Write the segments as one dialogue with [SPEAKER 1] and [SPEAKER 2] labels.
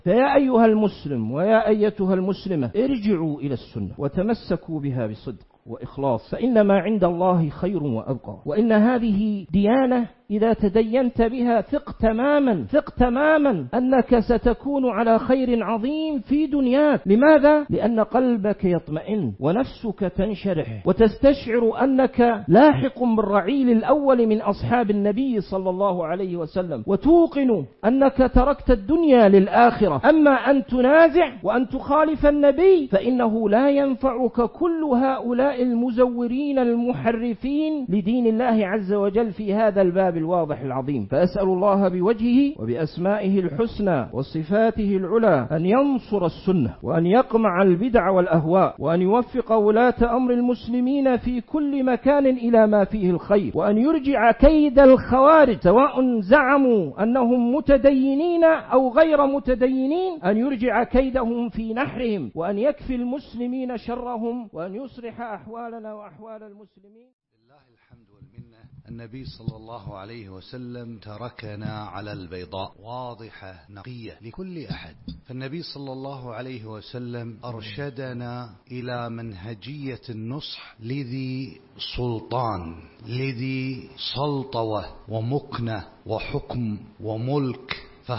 [SPEAKER 1] فيا أيها المسلم ويا أيتها المسلمة، ارجعوا إلى السنة وتمسكوا بها بصدق وإخلاص، فإن ما عند الله خير وأبقى، وإن هذه ديانة إذا تدينت بها ثق تماما أنك ستكون على خير عظيم في دنياك. لماذا؟ لأن قلبك يطمئن ونفسك تنشرح وتستشعر أنك لاحق بالرعيل الأول من أصحاب النبي صلى الله عليه وسلم، وتوقن أنك تركت الدنيا للآخرة. أما أن تنازع وأن تخالف النبي فإنه لا ينفعك كل هؤلاء المزورين المحرفين لدين الله عز وجل في هذا الباب الواضح العظيم. فأسأل الله بوجهه وبأسمائه الحسنى وصفاته العلى أن ينصر السنة، وأن يقمع البدع والأهواء، وأن يوفق ولاة أمر المسلمين في كل مكان إلى ما فيه الخير، وأن يرجع كيد الخوارج سواء زعموا أنهم متدينين أو غير متدينين، أن يرجع كيدهم في نحرهم، وأن يكفي المسلمين شرهم، وأن يصلح أحوالنا وأحوال المسلمين.
[SPEAKER 2] لله الحمد والمنة. النبي صلى الله عليه وسلم تركنا على البيضاء واضحة نقية لكل أحد. فالنبي صلى الله عليه وسلم أرشدنا إلى منهجية النصح لذي سلطان، لذي سلطوة ومكنة وحكم وملك.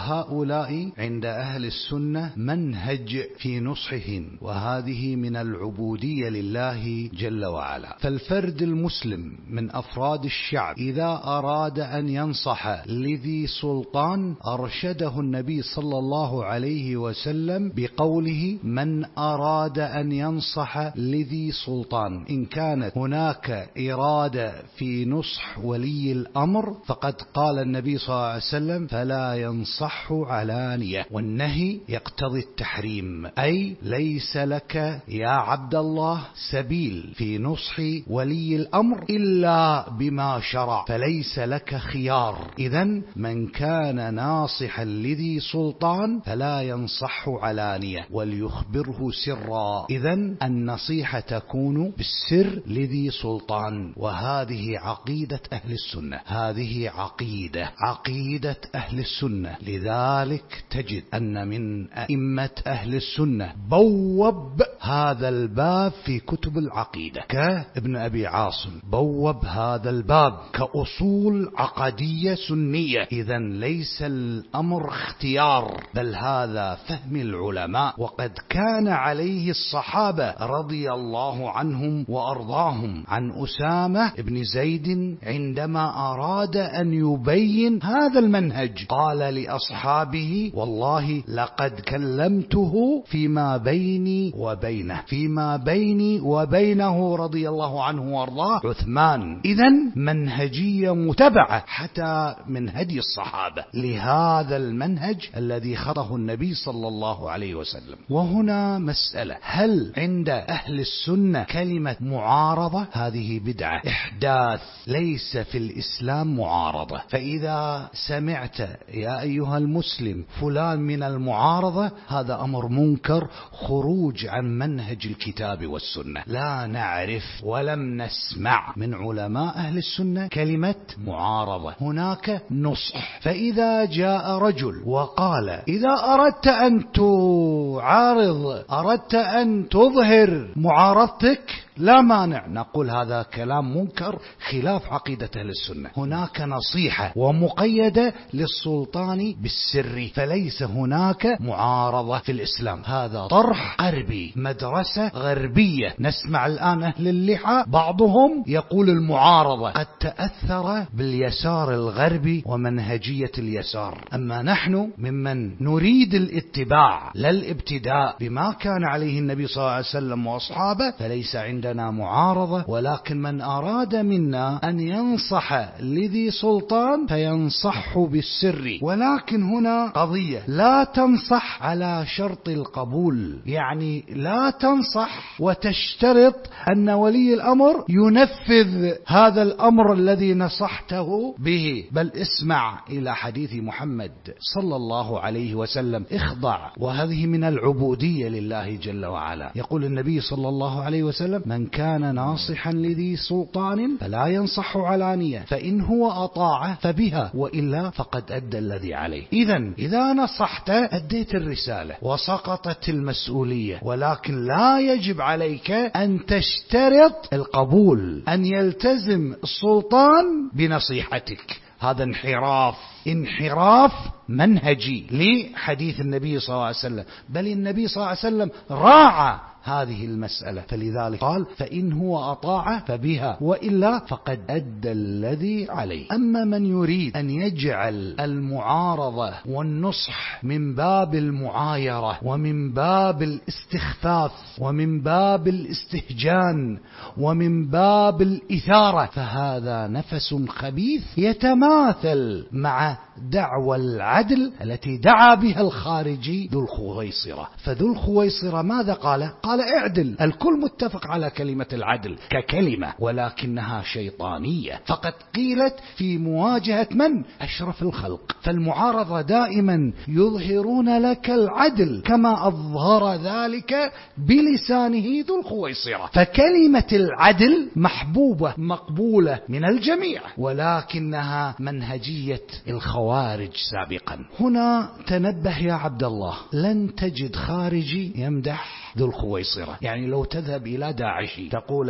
[SPEAKER 2] فهؤلاء عند أهل السنة منهج في نصحهم، وهذه من العبودية لله جل وعلا. فالفرد المسلم من أفراد الشعب إذا أراد أن ينصح لذي سلطان أرشده النبي صلى الله عليه وسلم بقوله: من أراد أن ينصح لذي سلطان. إن كانت هناك إرادة في نصح ولي الأمر فقد قال النبي صلى الله عليه وسلم: فلا ينصح علانية. والنهي يقتضي التحريم، أي ليس لك يا عبد الله سبيل في نصح ولي الأمر إلا بما شرع، فليس لك خيار. إذن من كان ناصحا لذي سلطان فلا ينصح علانية وليخبره سرا. إذن النصيحة تكون بالسر لذي سلطان، وهذه عقيدة أهل السنة، هذه عقيدة أهل السنة. لذلك تجد أن من أئمة أهل السنة بوب هذا الباب في كتب العقيدة، كابن أبي عاصم بوب هذا الباب كأصول عقدية سنية. إذن ليس الأمر اختيار، بل هذا فهم العلماء، وقد كان عليه الصحابة رضي الله عنهم وأرضاهم. عن أسامة بن زيد عندما أراد أن يبين هذا المنهج قال لأصحابه: والله لقد كلمته فيما بيني وبينه رضي الله عنه وارضاه عثمان. إذن منهجية متبعة حتى من هدي الصحابة لهذا المنهج الذي خطه النبي صلى الله عليه وسلم. وهنا مسألة: هل عند أهل السنة كلمة معارضة؟ هذه بدعة إحداث، ليس في الإسلام معارضة. فإذا سمعت يا أيها المسلم فلان من المعارضة هذا أمر منكر، خروج عن منهج الكتاب والسنة. لا نعرف ولم نسمع من علماء أهل السنة كلمة معارضة، هناك نصح. فإذا جاء رجل وقال: إذا أردت أن تعارض، أردت أن تظهر معارضتك لا مانع، نقول هذا كلام منكر خلاف عقيدة أهل السنة. هناك نصيحة ومقيدة للسلطان بالسر، فليس هناك معارضة في الإسلام. هذا طرح غربي، مدرسة غربية. نسمع الآن أهل اللحى بعضهم يقول المعارضة، قد تأثر باليسار الغربي ومنهجية اليسار. أما نحن ممن نريد الاتباع لا الابتداء بما كان عليه النبي صلى الله عليه وسلم وأصحابه، فليس عندنا معارضة. ولكن من أراد منا أن ينصح لذي سلطان فينصح بالسر. ولكن هنا قضية: لا تنصح على شرط القبول، يعني لا تنصح وتشترط أن ولي الأمر ينفذ هذا الأمر الذي نصحته به، بل اسمع إلى حديث محمد صلى الله عليه وسلم، اخضع. وهذه من العبودية لله جل وعلا. يقول النبي صلى الله عليه وسلم: من كان ناصحا لذي سلطان فلا ينصح علانية، فإن هو أطاع فبها، وإلا فقد أدى الذي عليه. إذا نصحت أديت الرسالة وسقطت المسؤولية، ولكن لا يجب عليك أن تشترط القبول، أن يلتزم السلطان بنصيحتك. هذا انحراف منهجي لحديث النبي صلى الله عليه وسلم، بل النبي صلى الله عليه وسلم راعى هذه المسألة، فلذلك قال فإن هو أطاع فبها، وإلا فقد أدى الذي عليه. أما من يريد أن يجعل المعارضة والنصح من باب المعايرة ومن باب الاستخفاف ومن باب الاستهجان ومن باب الإثارة، فهذا نفس خبيث يتماثل مع دعوى العدل التي دعا بها الخارجي ذو الخويصرة. فذو الخويصرة ماذا قال؟ قال اعدل. الكل متفق على كلمة العدل ككلمة، ولكنها شيطانية، فقد قيلت في مواجهة من؟ أشرف الخلق. فالمعارضة دائما يظهرون لك العدل كما أظهر ذلك بلسانه ذو الخويصرة. فكلمة العدل محبوبة مقبولة من الجميع، ولكنها منهجية الخوارج سابقا. هنا تنبه يا عبد الله، لن تجد خارجي يمدح ذو الخويصرة. يعني لو تذهب إلى داعشي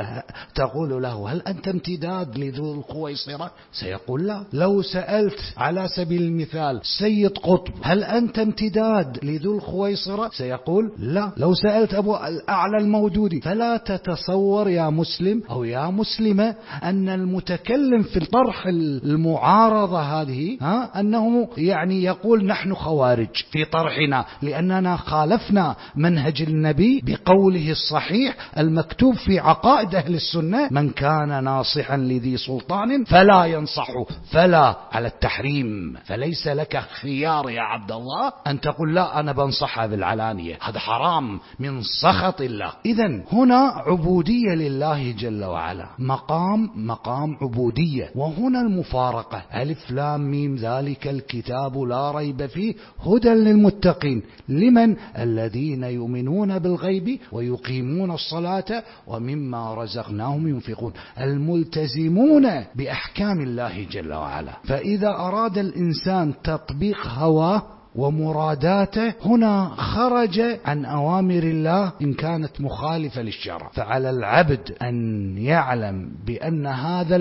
[SPEAKER 2] تقول له هل أنت امتداد لذو الخويصرة؟ سيقول لا. لو سألت على سبيل المثال سيد قطب هل أنت امتداد لذو الخويصرة؟ سيقول لا. لو سألت أبو الأعلى المودودي. فلا تتصور يا مسلم أو يا مسلمة أن المتكلم في طرح المعارضة هذه أنه يعني يقول نحن خوارج في طرحنا لأننا خالفنا منهج النبي بقوله الصحيح المكتوب في عقائد أهل السنة: من كان ناصحا لذي سلطان فلا ينصحه، فلا على التحريم. فليس لك خيار يا عبد الله أن تقول لا أنا بنصحها بالعلانية، هذا حرام من سخط الله. إذن هنا عبودية لله جل وعلا، مقام عبودية. وهنا المفارقة: ألف لام ميم ذلك الكتاب لا ريب فيه هدى للمتقين. لمن؟ الذين يؤمنون بالغيب ويقيمون الصلاة ومما رزقناهم ينفقون، الملتزمون بأحكام الله جل وعلا. فإذا أراد الإنسان تطبيق هواه ومراداته هنا خرج عن أوامر الله إن كانت مخالفة للشرع. فعلى العبد أن يعلم بأن هذا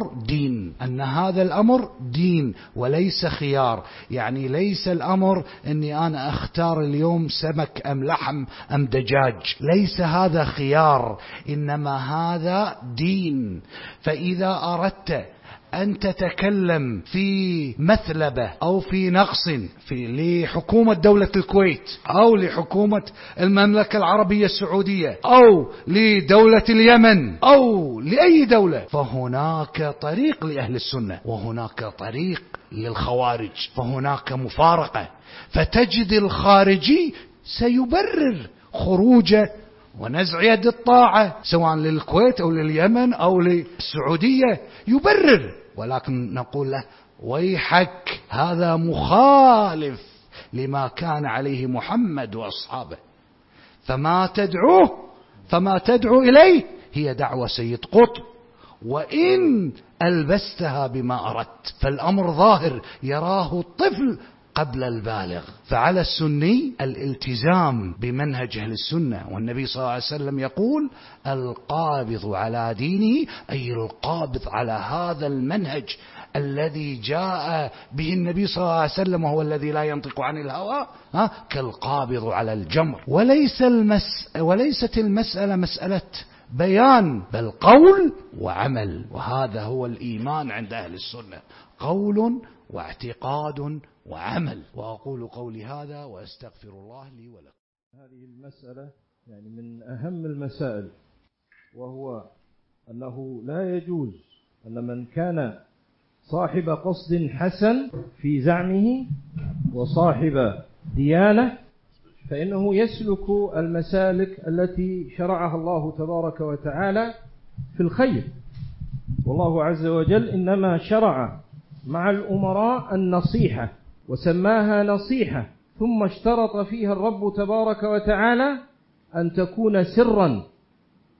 [SPEAKER 2] الأمر دين وليس خيار. يعني ليس الأمر أني أنا أختار اليوم سمك أم لحم أم دجاج، ليس هذا خيار، إنما هذا دين. فإذا أردت أن تتكلم في مثلبة أو في نقص لحكومة دولة الكويت أو لحكومة المملكة العربية السعودية أو لدولة اليمن أو لأي دولة، فهناك طريق لأهل السنة وهناك طريق للخوارج، فهناك مفارقة. فتجد الخارجي سيبرر خروجه ونزع يد الطاعة سواء للكويت أو لليمن أو للسعودية، يبرر، ولكن نقول له ويحك، هذا مخالف لما كان عليه محمد وأصحابه. فما تدعو إليه هي دعوة سيد قطب، وإن ألبستها بما أردت. فالأمر ظاهر يراه الطفل قبل البالغ. فعلى السني الالتزام بمنهج أهل السنة، والنبي صلى الله عليه وسلم يقول: القابض على دينه، أي القابض على هذا المنهج الذي جاء به النبي صلى الله عليه وسلم، وهو الذي لا ينطق عن الهوى، كالقابض على الجمر. وليست المسألة مسألة بيان، بل قول وعمل. وهذا هو الإيمان عند أهل السنة: قول واعتقاد وعمل. وأقول قولي هذا وأستغفر الله لي ولكم.
[SPEAKER 1] هذه المسألة يعني من أهم المسائل، وهو أنه لا يجوز أن من كان صاحب قصد حسن في زعمه وصاحب ديانة فإنه يسلك المسالك التي شرعها الله تبارك وتعالى في الخير. والله عز وجل إنما شرع مع الأمراء النصيحة وسماها نصيحة، ثم اشترط فيها الرب تبارك وتعالى أن تكون سرا.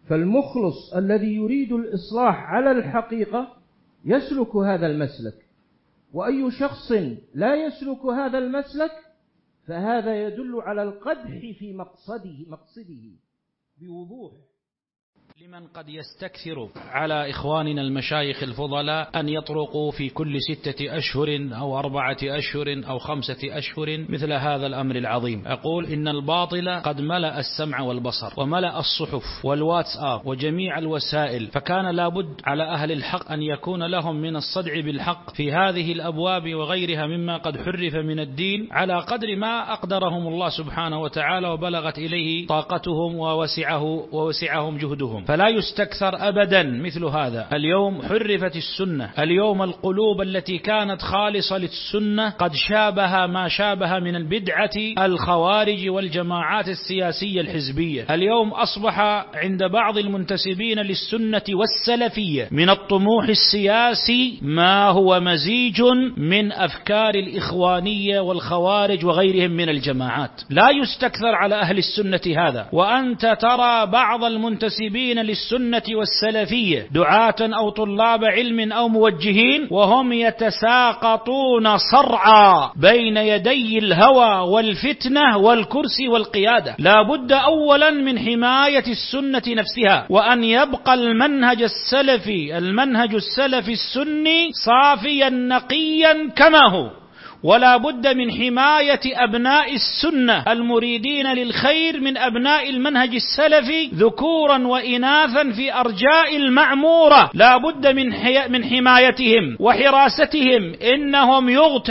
[SPEAKER 1] فالمخلص الذي يريد الإصلاح على الحقيقة يسلك هذا المسلك، وأي شخص لا يسلك هذا المسلك فهذا يدل على القدح في مقصده بوضوح.
[SPEAKER 3] لمن قد يستكثر على إخواننا المشايخ الفضلاء أن يطرقوا في كل 6 أشهر أو 4 أشهر أو 5 أشهر مثل هذا الأمر العظيم. أقول إن الباطل قد ملأ السمع والبصر وملأ الصحف والواتساب وجميع الوسائل، فكان لابد على أهل الحق أن يكون لهم من الصدع بالحق في هذه الأبواب وغيرها مما قد حرف من الدين على قدر ما أقدرهم الله سبحانه وتعالى وبلغت إليه طاقتهم ووسعهم جهدهم، فلا يستكثر أبدا مثل هذا. اليوم حرفت السنة، اليوم القلوب التي كانت خالصة للسنة قد شابه ما شابه من البدعة الخوارج والجماعات السياسية الحزبية. اليوم أصبح عند بعض المنتسبين للسنة والسلفية من الطموح السياسي ما هو مزيج من أفكار الإخوانية والخوارج وغيرهم من الجماعات. لا يستكثر على أهل السنة هذا. وأنت ترى بعض المنتسبين للسنة والسلفية دعاة أو طلاب علم أو موجهين وهم يتساقطون صرعى بين يدي الهوى والفتنة والكرسي والقيادة. لا بد أولا من حماية السنة نفسها، وأن يبقى المنهج السلفي السني صافيا نقيا كما هو، ولا بد من حماية أبناء السنة المريدين للخير من أبناء المنهج السلفي ذكورا وإناثا في أرجاء المعمورة. لا بد من حمايتهم وحراستهم. إنهم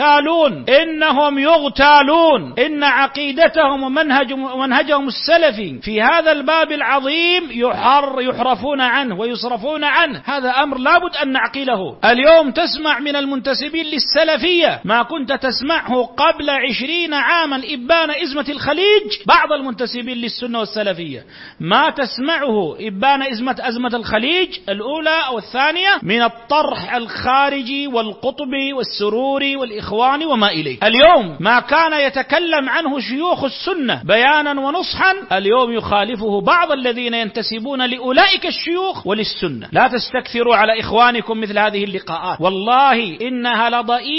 [SPEAKER 3] يغتالون. إن عقيدتهم ومنهجهم السلفي في هذا الباب العظيم يحرفون عنه ويصرفون عنه. هذا أمر لا بد أن نعقله. اليوم تسمع من المنتسبين للسلفية ما كنت تسمعه قبل 20 عاما إبان إزمة الخليج. بعض المنتسبين للسنة والسلفية ما تسمعه إبان أزمة الخليج الأولى أو الثانية من الطرح الخارجي والقطبي والسروري والإخوان وما إليه. اليوم ما كان يتكلم عنه شيوخ السنة بيانا ونصحا اليوم يخالفه بعض الذين ينتسبون لأولئك الشيوخ وللسنة. لا تستكثروا على إخوانكم مثل هذه اللقاءات، والله إنها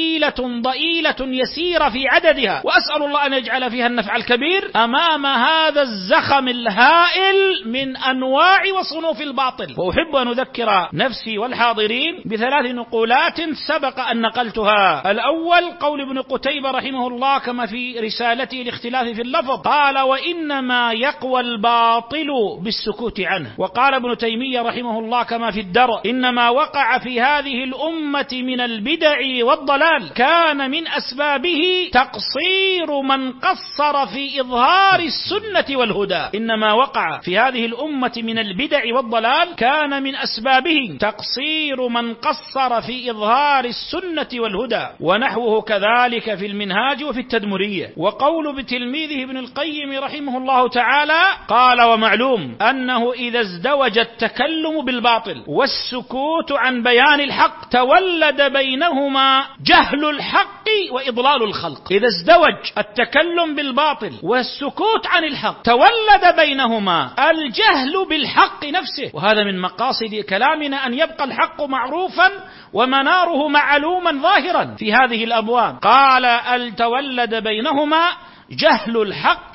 [SPEAKER 3] ضئيلة يسيرة في عددها، وأسأل الله أن يجعل فيها النفع الكبير أمام هذا الزخم الهائل من أنواع وصنوف الباطل. وأحب أن أذكر نفسي والحاضرين ب3 نقولات سبق أن نقلتها. الأول قول ابن قتيبة رحمه الله كما في رسالته الاختلاف في اللفظ، قال: وإنما يقوى الباطل بالسكوت عنه. وقال ابن تيمية رحمه الله كما في الدرء: إنما وقع في هذه الأمة من البدع والضلال كان من أسبابه تقصير من قصر في إظهار السنة والهدى. إنما وقع في هذه الأمة من البدع والضلال كان من أسبابه تقصير من قصر في إظهار السنة والهدى. ونحوه كذلك في المنهاج وفي التدمرية. وقول بتلميذه ابن القيم رحمه الله تعالى قال: ومعلوم أنه إذا ازدوج التكلم بالباطل والسكوت عن بيان الحق تولد بينهما جهل الحق وإضلال الخلق. إذا ازدوج التكلم بالباطل والسكوت عن الحق تولد بينهما الجهل بالحق نفسه، وهذا من مقاصد كلامنا أن يبقى الحق معروفا ومناره معلوما ظاهرا في هذه الأبواب. قال: تولد بينهما جهل الحق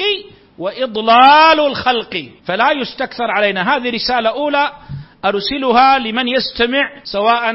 [SPEAKER 3] وإضلال الخلق. فلا يستكثر علينا. هذه رسالة أولى أرسلها لمن يستمع سواء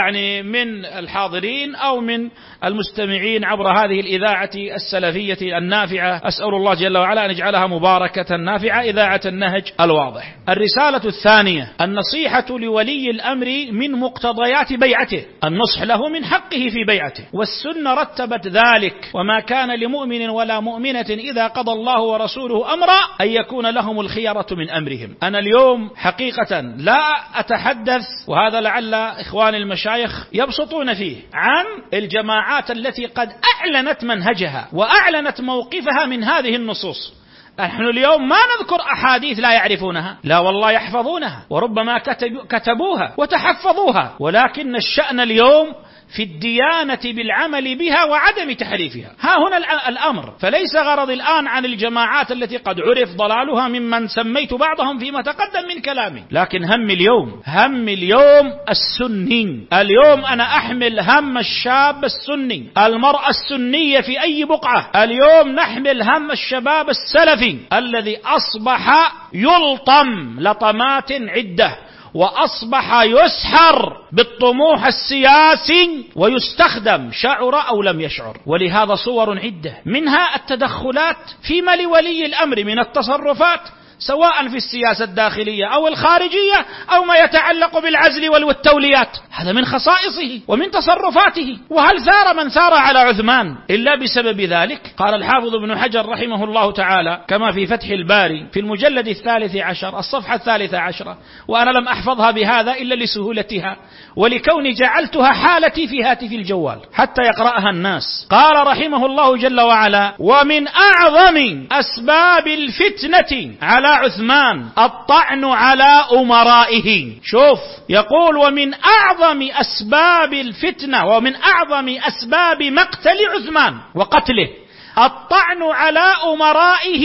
[SPEAKER 3] من الحاضرين أو من المستمعين عبر هذه الإذاعة السلفية النافعة. أسأل الله جل وعلا أن يجعلها مباركة نافعة، إذاعة النهج الواضح. الرسالة الثانية: النصيحة لولي الأمر من مقتضيات بيعته، النصح له من حقه في بيعته، والسنة رتبت ذلك. وما كان لمؤمن ولا مؤمنة إذا قضى الله ورسوله أمرا أن يكون لهم الخيرة من أمرهم. أنا اليوم حقيقة لا أتحدث، وهذا لعل إخوان المشايخ يبسطون فيه، عن الجماعات التي قد أعلنت منهجها وأعلنت موقفها من هذه النصوص. نحن اليوم ما نذكر أحاديث لا يعرفونها، لا والله يحفظونها، وربما كتبوها وتحفظوها، ولكن الشأن اليوم في الديانة بالعمل بها وعدم تحريفها. ها هنا الأمر. فليس غرض الآن عن الجماعات التي قد عرف ضلالها ممن سميت بعضهم فيما تقدم من كلامي، لكن هم اليوم السني. اليوم أنا أحمل هم الشاب السني، المرأة السنية في أي بقعة. اليوم نحمل هم الشباب السلفي الذي أصبح يلطم لطمات عدة، وأصبح يسحر بالطموح السياسي ويستخدم شعر أو لم يشعر. ولهذا صور عدة، منها التدخلات فيما لولي الأمر من التصرفات، سواء في السياسة الداخلية أو الخارجية أو ما يتعلق بالعزل والتوليات. هذا من خصائصه ومن تصرفاته. وهل ثار من ثار على عثمان إلا بسبب ذلك؟ قال الحافظ ابن حجر رحمه الله تعالى كما في فتح الباري في المجلد 13 الصفحة 13، وأنا لم أحفظها بهذا إلا لسهولتها ولكوني جعلتها حالتي في هاتف الجوال حتى يقرأها الناس. قال رحمه الله جل وعلا: ومن أعظم أسباب الفتنة على عثمان الطعن على أمرائه. شوف، يقول: ومن أعظم أسباب الفتنة ومن أعظم أسباب مقتل عثمان وقتله الطعن على أمرائه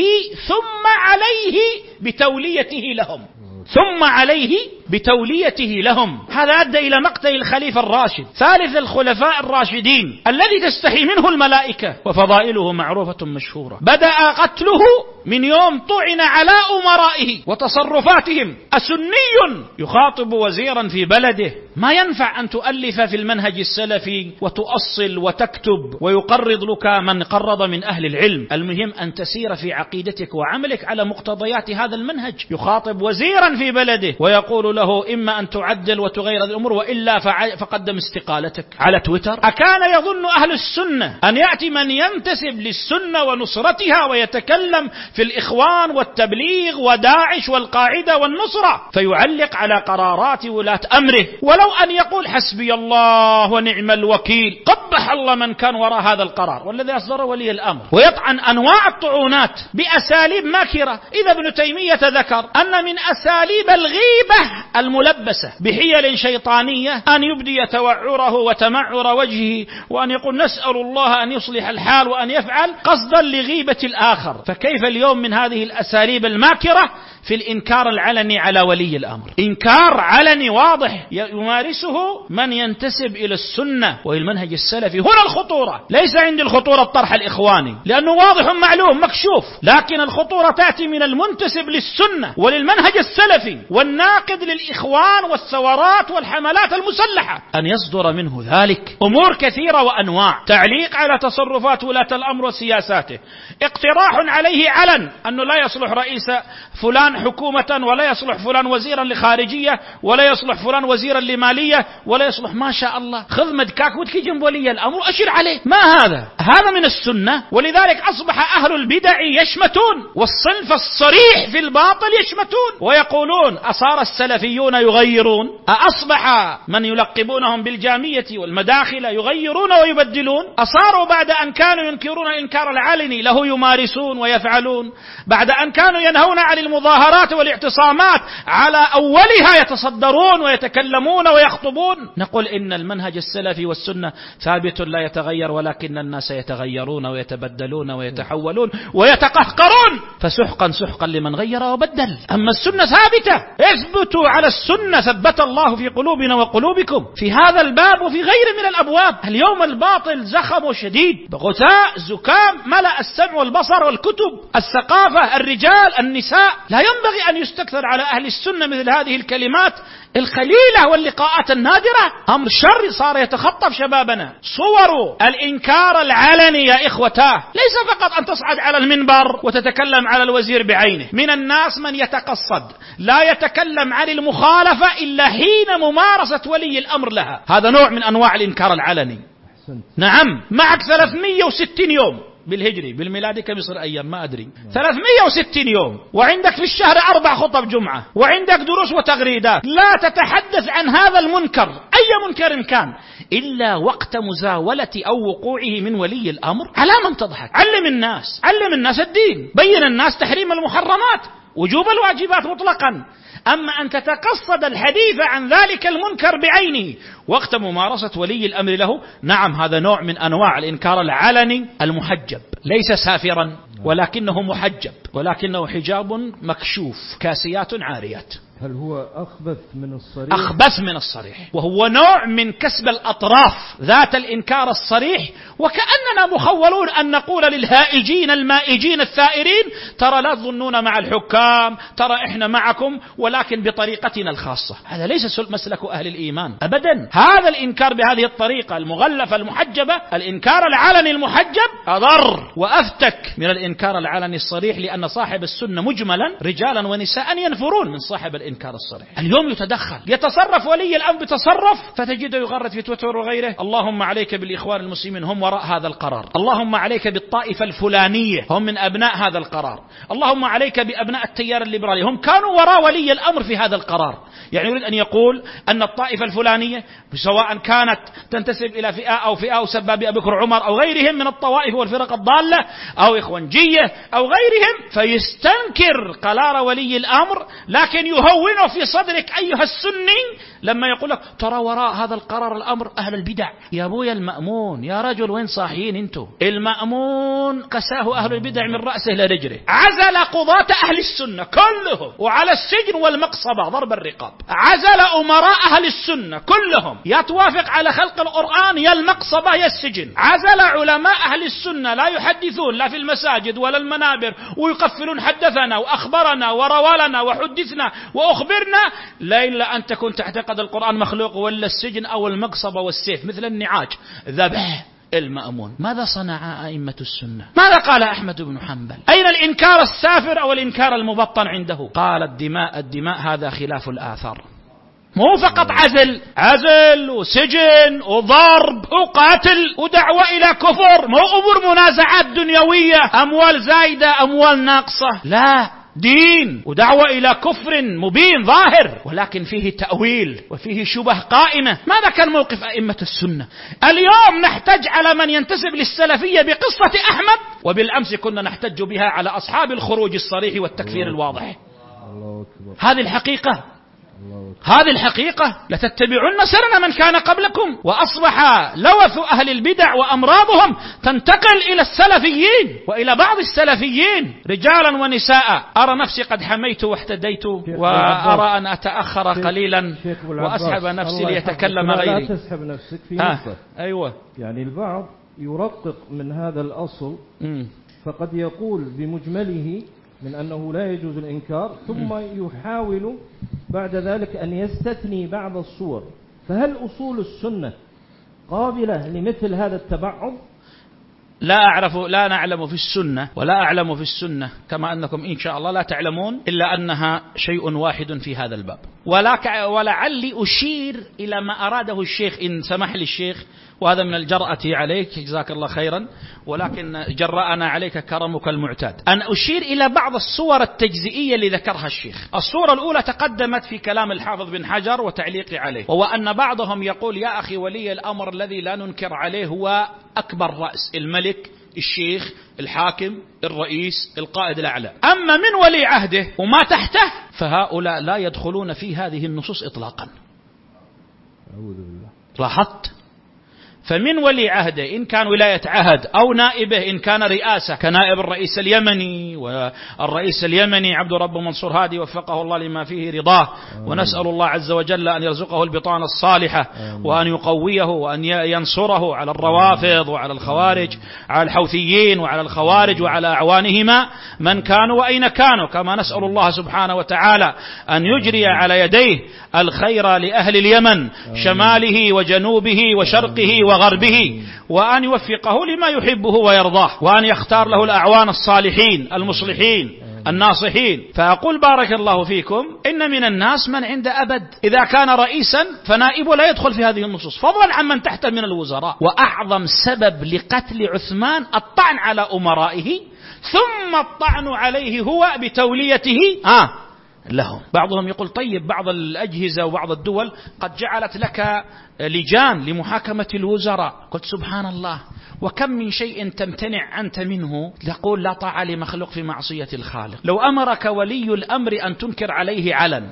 [SPEAKER 3] ثم عليه بتوليته لهم. هذا أدى إلى مقتل الخليفة الراشد ثالث الخلفاء الراشدين الذي تستحي منه الملائكة، وفضائله معروفة مشهورة. بدأ قتله من يوم طعن على أمرائه وتصرفاتهم. أسني يخاطب وزيرا في بلده، ما ينفع أن تؤلف في المنهج السلفي وتؤصل وتكتب ويقرض لك من قرض من أهل العلم. المهم أن تسير في عقيدتك وعملك على مقتضيات هذا المنهج. يخاطب وزيرا في بلده ويقول له: إما أن تعدل وتغير الأمور وإلا فقدم استقالتك على تويتر. أكان يظن أهل السنة أن يأتي من ينتسب للسنة ونصرتها ويتكلم في الإخوان والتبليغ وداعش والقاعدة والنصرة فيعلق على قرارات ولاة أمره، ولو أن يقول: حسبي الله ونعم الوكيل، قبح الله من كان وراء هذا القرار والذي أصدره ولي الأمر، ويطعن أنواع الطعونات بأساليب ماكرة. إذا ابن تيمية ذكر أن من أساليب الغيبة الملبسة بحيل شيطانية أن يبدي توعره وتمعر وجهه وأن يقول: نسأل الله أن يصلح الحال وأن يفعل، قصدا لغيبة الآخر. فكيف اليوم من هذه الأساليب الماكرة في الإنكار العلني على ولي الأمر؟ إنكار علني واضح يمارسه من ينتسب إلى السنة والمنهج السلفي. هنا الخطورة. ليس عند الخطورة الطرح الإخواني لأنه واضح معلوم مكشوف، لكن الخطورة تأتي من المنتسب للسنة وللمنهج السلفي والناقد للإخوان والثورات والحملات المسلحة، أن يصدر منه ذلك أمور كثيرة وأنواع: تعليق على تصرفات ولاة الأمر وسياساته، اقتراح عليه علن أنه لا يصلح رئيس فلان حكومة، ولا يصلح فلان وزيرا لخارجية، ولا يصلح فلان وزيرا لمالية، ولا يصلح ما شاء الله. خذ مدكاك وتكي جنب ولي الأمر أشير عليه. ما هذا من السنة. ولذلك أصبح أهل البدع يشمتون والصنف الصريح في الباطل يشمتون ويقولون: أصار السلفيون يغيرون؟ أصبح من يلقبونهم بالجامية والمداخل يغيرون ويبدلون؟ أصاروا بعد أن كانوا ينكرون الإنكار العلني له يمارسون ويفعلون، بعد أن كانوا ينهون عن المظاهرات والاعتصامات على أولها يتصدرون ويتكلمون ويخطبون. نقول إن المنهج السلفي والسنة ثابت لا يتغير، ولكن الناس يتغيرون ويتبدلون ويتحولون ويتقهقرون، فسحقا لمن غير وبدل. أما السنة ثابتة، اثبتوا على السنة ثبت الله في قلوبنا وقلوبكم، في هذا الباب وفي غيره من الأبواب. اليوم الباطل زخم شديد، غثاء زكام ملأ السمع والبصر والكتب، الثقافة، الرجال، النساء. لا ينبغي أن يستكثر على أهل السنة مثل هذه الكلمات القليلة واللقاءات النادرة. أمر شر صار يتخطف شبابنا. صور الإنكار العلني يا إخوتاه ليس فقط أن تصعد على المنبر وتتكلم على الوزير بعينه. من الناس من يتقصد لا يتكلم عن المخالفة إلا حين ممارسة ولي الأمر لها. هذا نوع من أنواع الإنكار العلني. نعم، معك 360 يوم بالهجري، بالميلادي كمصر أيام ما أدري، 360 يوم، وعندك في الشهر 4 خطب جمعة، وعندك دروس وتغريدات. لا تتحدث عن هذا المنكر أي منكر كان إلا وقت مزاولة أو وقوعه من ولي الأمر. على من تضحك؟ علم الناس الدين، بين الناس تحريم المحرمات، وجوب الواجبات مطلقا. أما أن تتقصد الحديث عن ذلك المنكر بعينه وقت ممارسة ولي الأمر له، نعم هذا نوع من أنواع الإنكار العلني المحجب، ليس سافرا ولكنه محجب، ولكنه حجاب مكشوف، كاسيات عاريات.
[SPEAKER 1] هل هو أخبث من الصريح؟
[SPEAKER 3] أخبث من الصريح، وهو نوع من كسب الأطراف ذات الإنكار الصريح، وكأننا مخولون أن نقول للهائجين المائجين الثائرين ترى لا تظنون مع الحكام، ترى إحنا معكم ولكن بطريقتنا الخاصة. هذا ليس مسلك أهل الإيمان أبدا. هذا الإنكار بهذه الطريقة المغلفة المحجبة، الإنكار العلني المحجب أضر وأفتك من الإنكار العلني الصريح، لأن صاحب السنة مجملا رجالا ونساء ينفرون من صاحب الإنكار الصريح. اليوم يتدخل، يتصرف ولي الأمر بتصرف فتجده يغرد في تويتر وغيره: اللهم عليك بالإخوان المسلمين، هم وراء هذا القرار. اللهم عليك بالطائفة الفلانية، هم من أبناء هذا القرار. اللهم عليك بأبناء التيار الليبرالي، هم كانوا وراء ولي الأمر في هذا القرار. يعني يريد أن يقول أن الطائفة الفلانية سواء كانت تنتسب إلى فئة أو فئة أو سبابي أبي بكر عمر أو غيرهم من الطوائف والفرق الضالة أو إخوانجية أو غيرهم، فيستنكر قرار ولي الأمر، لكن يهونه في صدرك أيها السني لما يقول لك ترى وراء هذا القرار الأمر أهل البدع. يا أبويا المأمون، يا رجل وين صاحيين انتو؟ المأمون قساه أهل البدع من رأسه لرجله، عزل قضاة أهل السنة كلهم وعلى السجن والمقصبة ضرب الرقاب، عزل أمراء أهل السنة كلهم، يا توافق على خلق القرآن يا المقصبة يا السجن، عزل علماء أهل السنة لا يحدثون لا في المساجد ولا المنابر ويقفلون حدثنا وأخبرنا وروالنا وحدثنا وأخبرنا، لا إلا أن تكون تعتقد القرآن مخلوق ولا السجن أو المقصبة والسيف مثل النعاج ذبح المأمون. ماذا صنع أئمة السنة؟ ماذا قال أحمد بن حنبل؟ أين الإنكار السافر أو الإنكار المبطن عنده؟ قال الدماء هذا خلاف الآثار. مو فقط عزل وسجن وضرب وقاتل ودعوة إلى كفر، مو أمور منازعات دنيوية، أموال زايدة أموال ناقصة، لا، دين ودعوة إلى كفر مبين ظاهر ولكن فيه تأويل وفيه شبه قائمة. ماذا كان موقف أئمة السنة؟ اليوم نحتج على من ينتسب للسلفية بقصة أحمد، وبالأمس كنا نحتج بها على أصحاب الخروج الصريح والتكفير الواضح. هذه الحقيقة، هذه الحقيقة. لتتبعن سنن من كان قبلكم، وأصبح لوث أهل البدع وأمراضهم تنتقل إلى السلفيين وإلى بعض السلفيين رجالا ونساء. أرى نفسي قد حميت واحتديت وأرى أن أتأخر قليلا وأسحب نفسي ليتكلم غيري.
[SPEAKER 1] لا تسحب نفسك في نفسك.
[SPEAKER 3] أيوة.
[SPEAKER 1] يعني البعض يرقق من هذا الأصل فقد يقول بمجمله من أنه لا يجوز الإنكار، ثم يحاول بعد ذلك أن يستثني بعض الصور. فهل أصول السنة قابلة لمثل هذا التبعض؟
[SPEAKER 3] لا نعلم في السنة ولا أعلم في السنة كما أنكم إن شاء الله لا تعلمون إلا أنها شيء واحد في هذا الباب. ولعلي أشير إلى ما أراده الشيخ إن سمح لي الشيخ، وهذا من الجرأة عليك جزاك الله خيرا، ولكن جرأنا عليك كرمك المعتاد، أن أشير إلى بعض الصور التجزئية اللي ذكرها الشيخ. الصورة الأولى تقدمت في كلام الحافظ بن حجر وتعليقي عليه، وهو أن بعضهم يقول يا أخي ولي الأمر الذي لا ننكر عليه هو أكبر رأس، الملك، الشيخ، الحاكم، الرئيس، القائد الأعلى. أما من ولي عهده وما تحته فهؤلاء لا يدخلون في هذه النصوص إطلاقا.
[SPEAKER 1] أعوذ بالله.
[SPEAKER 3] لاحظت؟ فمن ولي عهده إن كان ولاية عهد أو نائبه إن كان رئاسة كنائب الرئيس اليمني، والرئيس اليمني عبد رب منصور هادي وفقه الله لما فيه رضاه، ونسأل الله عز وجل أن يرزقه البطانة الصالحة وأن يقويه وأن ينصره على الروافض وعلى الخوارج، على الحوثيين وعلى الخوارج وعلى أعوانهما من كانوا وأين كانوا، كما نسأل الله سبحانه وتعالى أن يجري على يديه الخير لأهل اليمن شماله وجنوبه وشرقه وغربه، وأن يوفقه لما يحبه ويرضاه، وأن يختار له الأعوان الصالحين المصلحين الناصحين. فأقول بارك الله فيكم إن من الناس من عند أبد إذا كان رئيسا فنائبه لا يدخل في هذه النصوص، فضلا عن من تحت من الوزراء. وأعظم سبب لقتل عثمان الطعن على أمرائه، ثم الطعن عليه هو بتوليته لهم. بعضهم يقول طيب بعض الأجهزة وبعض الدول قد جعلت لك لجان لمحاكمة الوزراء. قلت سبحان الله، وكم من شيء تمتنع أنت منه، تقول لا طاعة لمخلوق في معصية الخالق. لو أمرك ولي الأمر أن تنكر عليه علن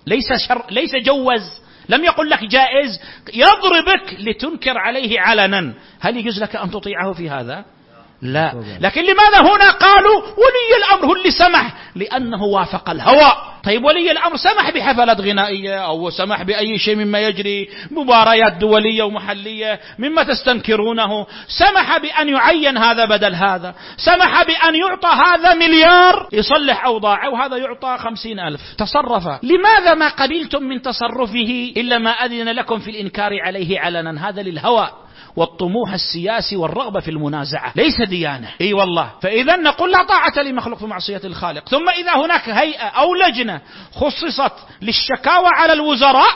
[SPEAKER 3] ليس جوز، لم يقل لك جائز، يضربك لتنكر عليه علنا. هل يجوز لك أن تطيعه في هذا؟ لا. لكن لماذا هنا قالوا ولي الأمر هو اللي سمح؟ لأنه وافق الهوى. طيب ولي الأمر سمح بحفلات غنائية أو سمح بأي شيء مما يجري، مباريات دولية ومحلية مما تستنكرونه، سمح بأن يعين هذا بدل هذا، سمح بأن يعطى هذا مليار يصلح أوضاعه وهذا يعطى 50,000، تصرف. لماذا ما قبلتم من تصرفه إلا ما أذن لكم في الإنكار عليه علنا؟ هذا للهوى والطموح السياسي والرغبة في المنازعة، ليس ديانة. اي والله. فإذا نقول لا طاعة لمخلوق في معصية الخالق. ثم إذا هناك هيئة أو لجنة خصصت للشكاوى على الوزراء،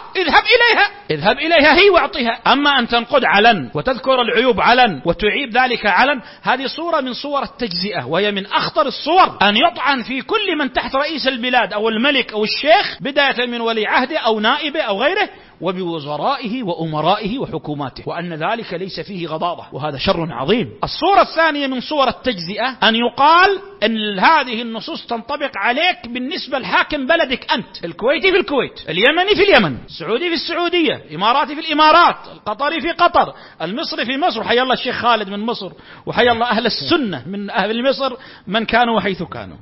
[SPEAKER 3] اذهب إليها هي واعطيها. أما أن تنقد علن وتذكر العيوب علن وتعيب ذلك علن، هذه صورة من صور التجزئة، وهي من أخطر الصور. أن يطعن في كل من تحت رئيس البلاد أو الملك أو الشيخ، بداية من ولي عهده أو نائبه أو غيره، وبوزرائه وأمرائه وحكوماته، وأن ذلك ليس فيه غضاضة، وهذا شر عظيم. الصورة الثانية من صور التجزئة أن يقال أن هذه النصوص تنطبق عليك بالنسبة لحاكم بلدك أنت، الكويتي في الكويت، اليمني في اليمن، السعودي في السعودية، الإماراتي في الإمارات، القطري في قطر، المصري في مصر، حي الله الشيخ خالد من مصر، وحي الله أهل السنة من أهل مصر من كانوا وحيث كانوا.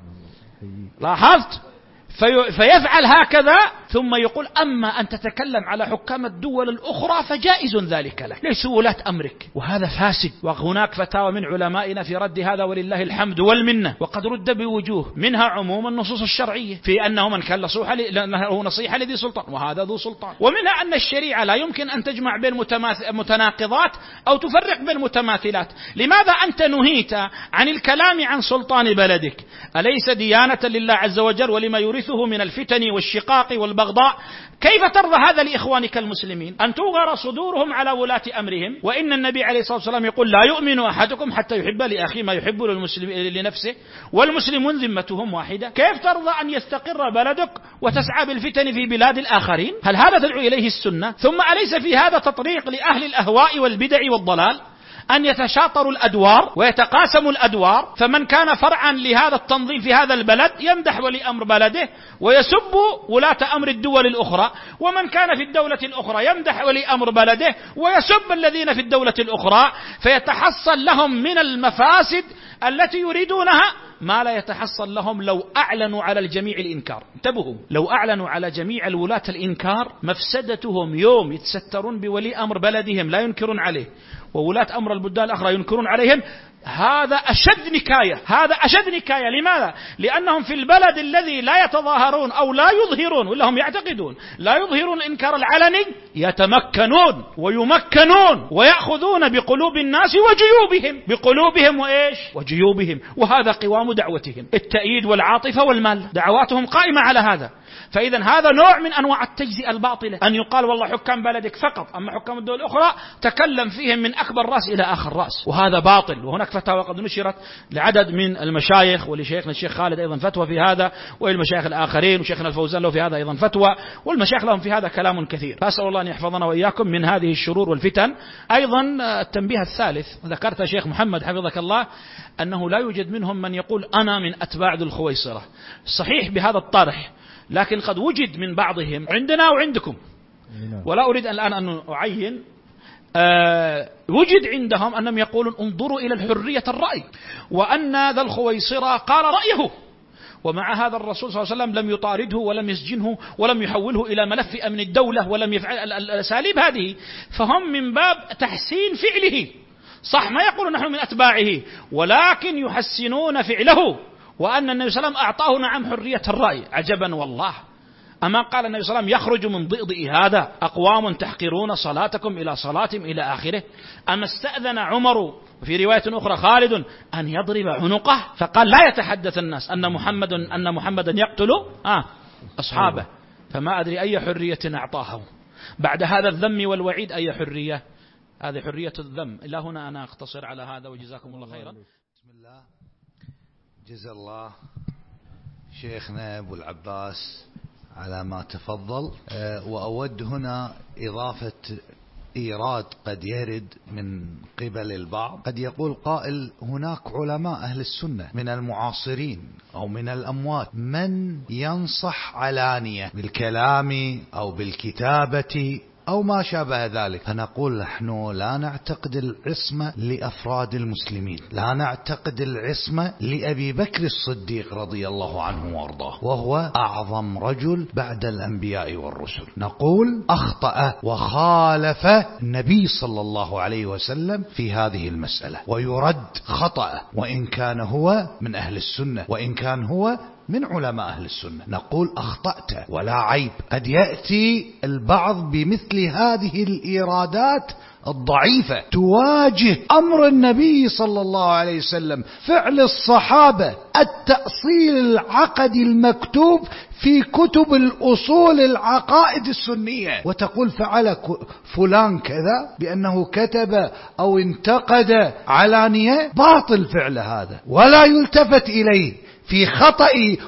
[SPEAKER 3] لاحظت؟ فيفعل هكذا، ثم يقول أما أن تتكلم على حكام الدول الأخرى فجائز ذلك لك، ليسوا ولاة أمرك، وهذا فاسد. وهناك فتاوى من علمائنا في رد هذا ولله الحمد والمنة، وقد رد بوجوه، منها عموم النصوص الشرعية في أنه من كان له نصيحة لذي سلطان وهذا ذو سلطان، ومنها أن الشريعة لا يمكن أن تجمع بين متناقضات أو تفرق بين متماثلات. لماذا أنت نهيت عن الكلام عن سلطان بلدك؟ أليس ديانة لله عز وجل ولما يورثه من الفتن والشقاق والبغضاء؟ كيف ترضى هذا لإخوانك المسلمين أن توغر صدورهم على ولاة أمرهم؟ وإن النبي عليه الصلاة والسلام يقول لا يؤمن أحدكم حتى يحب لأخيه ما يحب لنفسه والمسلمون ذمتهم واحدة. كيف ترضى أن يستقر بلدك وتسعى بالفتن في بلاد الآخرين؟ هل هذا تدعو إليه السنة؟ ثم أليس في هذا تطريق لأهل الأهواء والبدع والضلال أن يتشاطروا الأدوار ويتقاسموا الأدوار؟ فمن كان فرعا لهذا التنظيم في هذا البلد يمدح ولي أمر بلده ويسب ولاة أمر الدول الأخرى، ومن كان في الدولة الأخرى يمدح ولي أمر بلده ويسب الذين في الدولة الأخرى، فيتحصل لهم من المفاسد التي يريدونها ما لا يتحصل لهم لو أعلنوا على الجميع الإنكار. انتبهوا، لو أعلنوا على جميع الولاة الإنكار مفسدتهم يوم يتسترون بولي أمر بلدهم لا ينكرون عليه، وولاة أمر البلدان الأخرى ينكرون عليهم. هذا أشد نكاية. لماذا؟ لأنهم في البلد الذي لا يتظاهرون أو لا يظهرون، ولا هم يعتقدون لا يظهرون الإنكار العلني، يتمكنون ويمكنون ويأخذون بقلوب الناس بقلوبهم وجيوبهم، وهذا قوام دعوتهم، التأييد والعاطفة والمال، دعواتهم قائمة على هذا. فإذا هذا نوع من أنواع التجزئة الباطلة، أن يقال والله حكام بلدك فقط، أما حكام الدول الأخرى تكلم فيهم من أكبر رأس إلى آخر رأس، وهذا باطل. وهناك فتاوى قد نشرت لعدد من المشايخ، ولشيخنا الشيخ خالد أيضا فتوى في هذا، والمشايخ الآخرين، وشيخنا الفوزان له في هذا أيضا فتوى، والمشايخ لهم في هذا كلام كثير. فأسأل الله أن يحفظنا وإياكم من هذه الشرور والفتن. أيضا التنبيه الثالث ذكرت شيخ محمد حفظك الله أنه لا يوجد منهم من يقول أنا من أتباع ذو الخويصرة، صحيح بهذا الطرح، لكن قد وجد من بعضهم عندنا وعندكم، ولا أريد الآن أن أعين، وجد عندهم أنهم يقولون انظروا إلى الحرية الرأي، وأن ذا الخويصرة قال رأيه، ومع هذا الرسول صلى الله عليه وسلم لم يطارده ولم يسجنه ولم يحوله إلى ملف أمن الدولة ولم يفعل الأساليب هذه. فهم من باب تحسين فعله، صح ما يقولون نحن من أتباعه، ولكن يحسنون فعله، وأن النبي صلى الله عليه وسلم أعطاه نعم حرية الرأي. عجبا والله، أما قال النبي صلى الله عليه وسلم يخرج من ضئضئ هذا أقوام تحقرون صلاتكم إلى صلاتهم إلى آخره. أما استأذن عمر وفي رواية أخرى خالد أن يضرب عنقه، فقال لا يتحدث الناس أن محمدا يقتل أصحابه، فما أدري أي حرية أعطاهم بعد هذا الذم والوعيد. أي حرية؟ هذه حرية الذم. إلى هنا أنا أقتصر على هذا، وجزاكم الله خيرا.
[SPEAKER 2] بسم الله، جزا الله شيخنا أبو العباس على ما تفضل. وأود هنا إضافة إيراد قد يرد من قبل البعض. قد يقول قائل هناك علماء أهل السنة من المعاصرين أو من الأموات من ينصح علانية بالكلام أو بالكتابة أو ما شابه ذلك، فنقول نحن لا نعتقد العصمة لأفراد المسلمين، لا نعتقد العصمة لأبي بكر الصديق رضي الله عنه وارضاه، وهو أعظم رجل بعد الأنبياء والرسل. نقول أخطأ وخالف النبي صلى الله عليه وسلم في هذه المسألة، ويرد خطأ وإن كان هو من أهل السنة، وإن كان هو من علماء أهل السنة. نقول أخطأت ولا عيب. قد يأتي البعض بمثل هذه الإيرادات الضعيفة تواجه أمر النبي صلى الله عليه وسلم، فعل الصحابة، التأصيل العقدي المكتوب في كتب الأصول العقائد السنية، وتقول فعل فلان كذا بأنه كتب أو انتقد علانية. باطل فعل هذا ولا يلتفت إليه في خطأ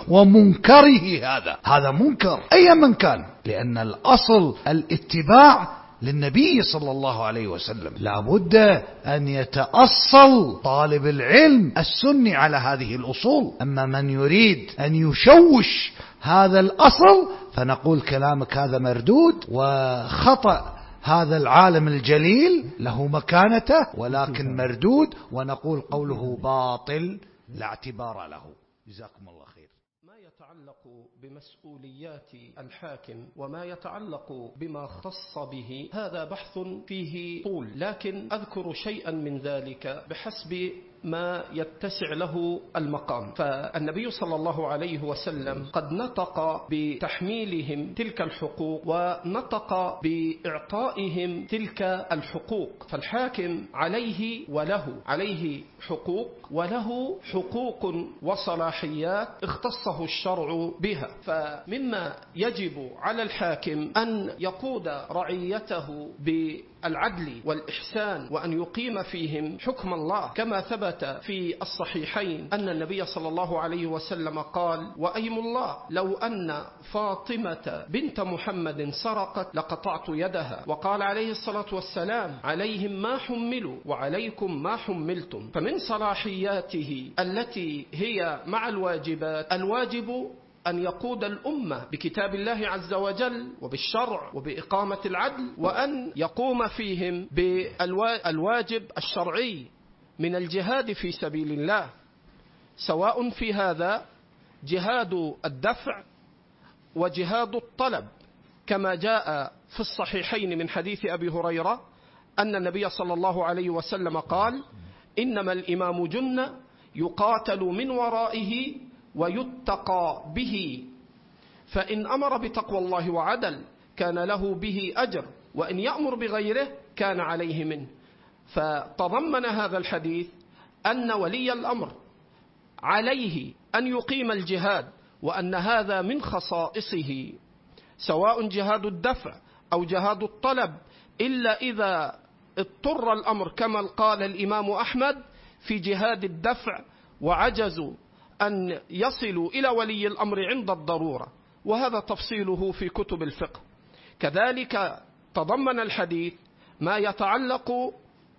[SPEAKER 2] ومنكره. هذا منكر أي من كان، لأن الأصل الاتباع للنبي صلى الله عليه وسلم. لا بد أن يتأصل طالب العلم السني على هذه الأصول. أما من يريد أن يشوش هذا الأصل فنقول كلامك هذا مردود، وخطأ هذا العالم الجليل له مكانته ولكن مردود، ونقول قوله باطل لا اعتبار له. جزاكم الله خير.
[SPEAKER 4] ما يتعلق بمسؤوليات الحاكم وما يتعلق بما اختص به هذا بحث فيه طول، لكن أذكر شيئا من ذلك بحسب ما يتسع له المقام. فالنبي صلى الله عليه وسلم قد نطق بتحميلهم تلك الحقوق ونطق بإعطائهم تلك الحقوق. فالحاكم عليه حقوق وله حقوق وصلاحيات اختصه الشرع بها. فمما يجب على الحاكم أن يقود رعيته بالعدل والإحسان وأن يقيم فيهم حكم الله، كما ثبت في الصحيحين أن النبي صلى الله عليه وسلم قال: وأيم الله لو أن فاطمة بنت محمد سرقت لقطعت يدها. وقال عليه الصلاة والسلام: عليهم ما حملوا وعليكم ما حملتم. فمن صلاحياته التي هي مع الواجبات الواجب أن يقود الأمة بكتاب الله عز وجل وبالشرع وبإقامة العدل، وأن يقوم فيهم بالواجب الشرعي من الجهاد في سبيل الله، سواء في هذا جهاد الدفع وجهاد الطلب، كما جاء في الصحيحين من حديث أبي هريرة أن النبي صلى الله عليه وسلم قال: إنما الإمام جنة يقاتل من ورائه ويتقى به، فإن أمر بتقوى الله وعدل كان له به أجر، وإن يأمر بغيره كان عليه منه. فتضمن هذا الحديث أن ولي الأمر عليه أن يقيم الجهاد، وأن هذا من خصائصه، سواء جهاد الدفع أو جهاد الطلب، إلا إذا اضطر الأمر كما قال الإمام أحمد في جهاد الدفع وعجزوا أن يصلوا إلى ولي الأمر عند الضرورة، وهذا تفصيله في كتب الفقه. كذلك تضمن الحديث ما يتعلق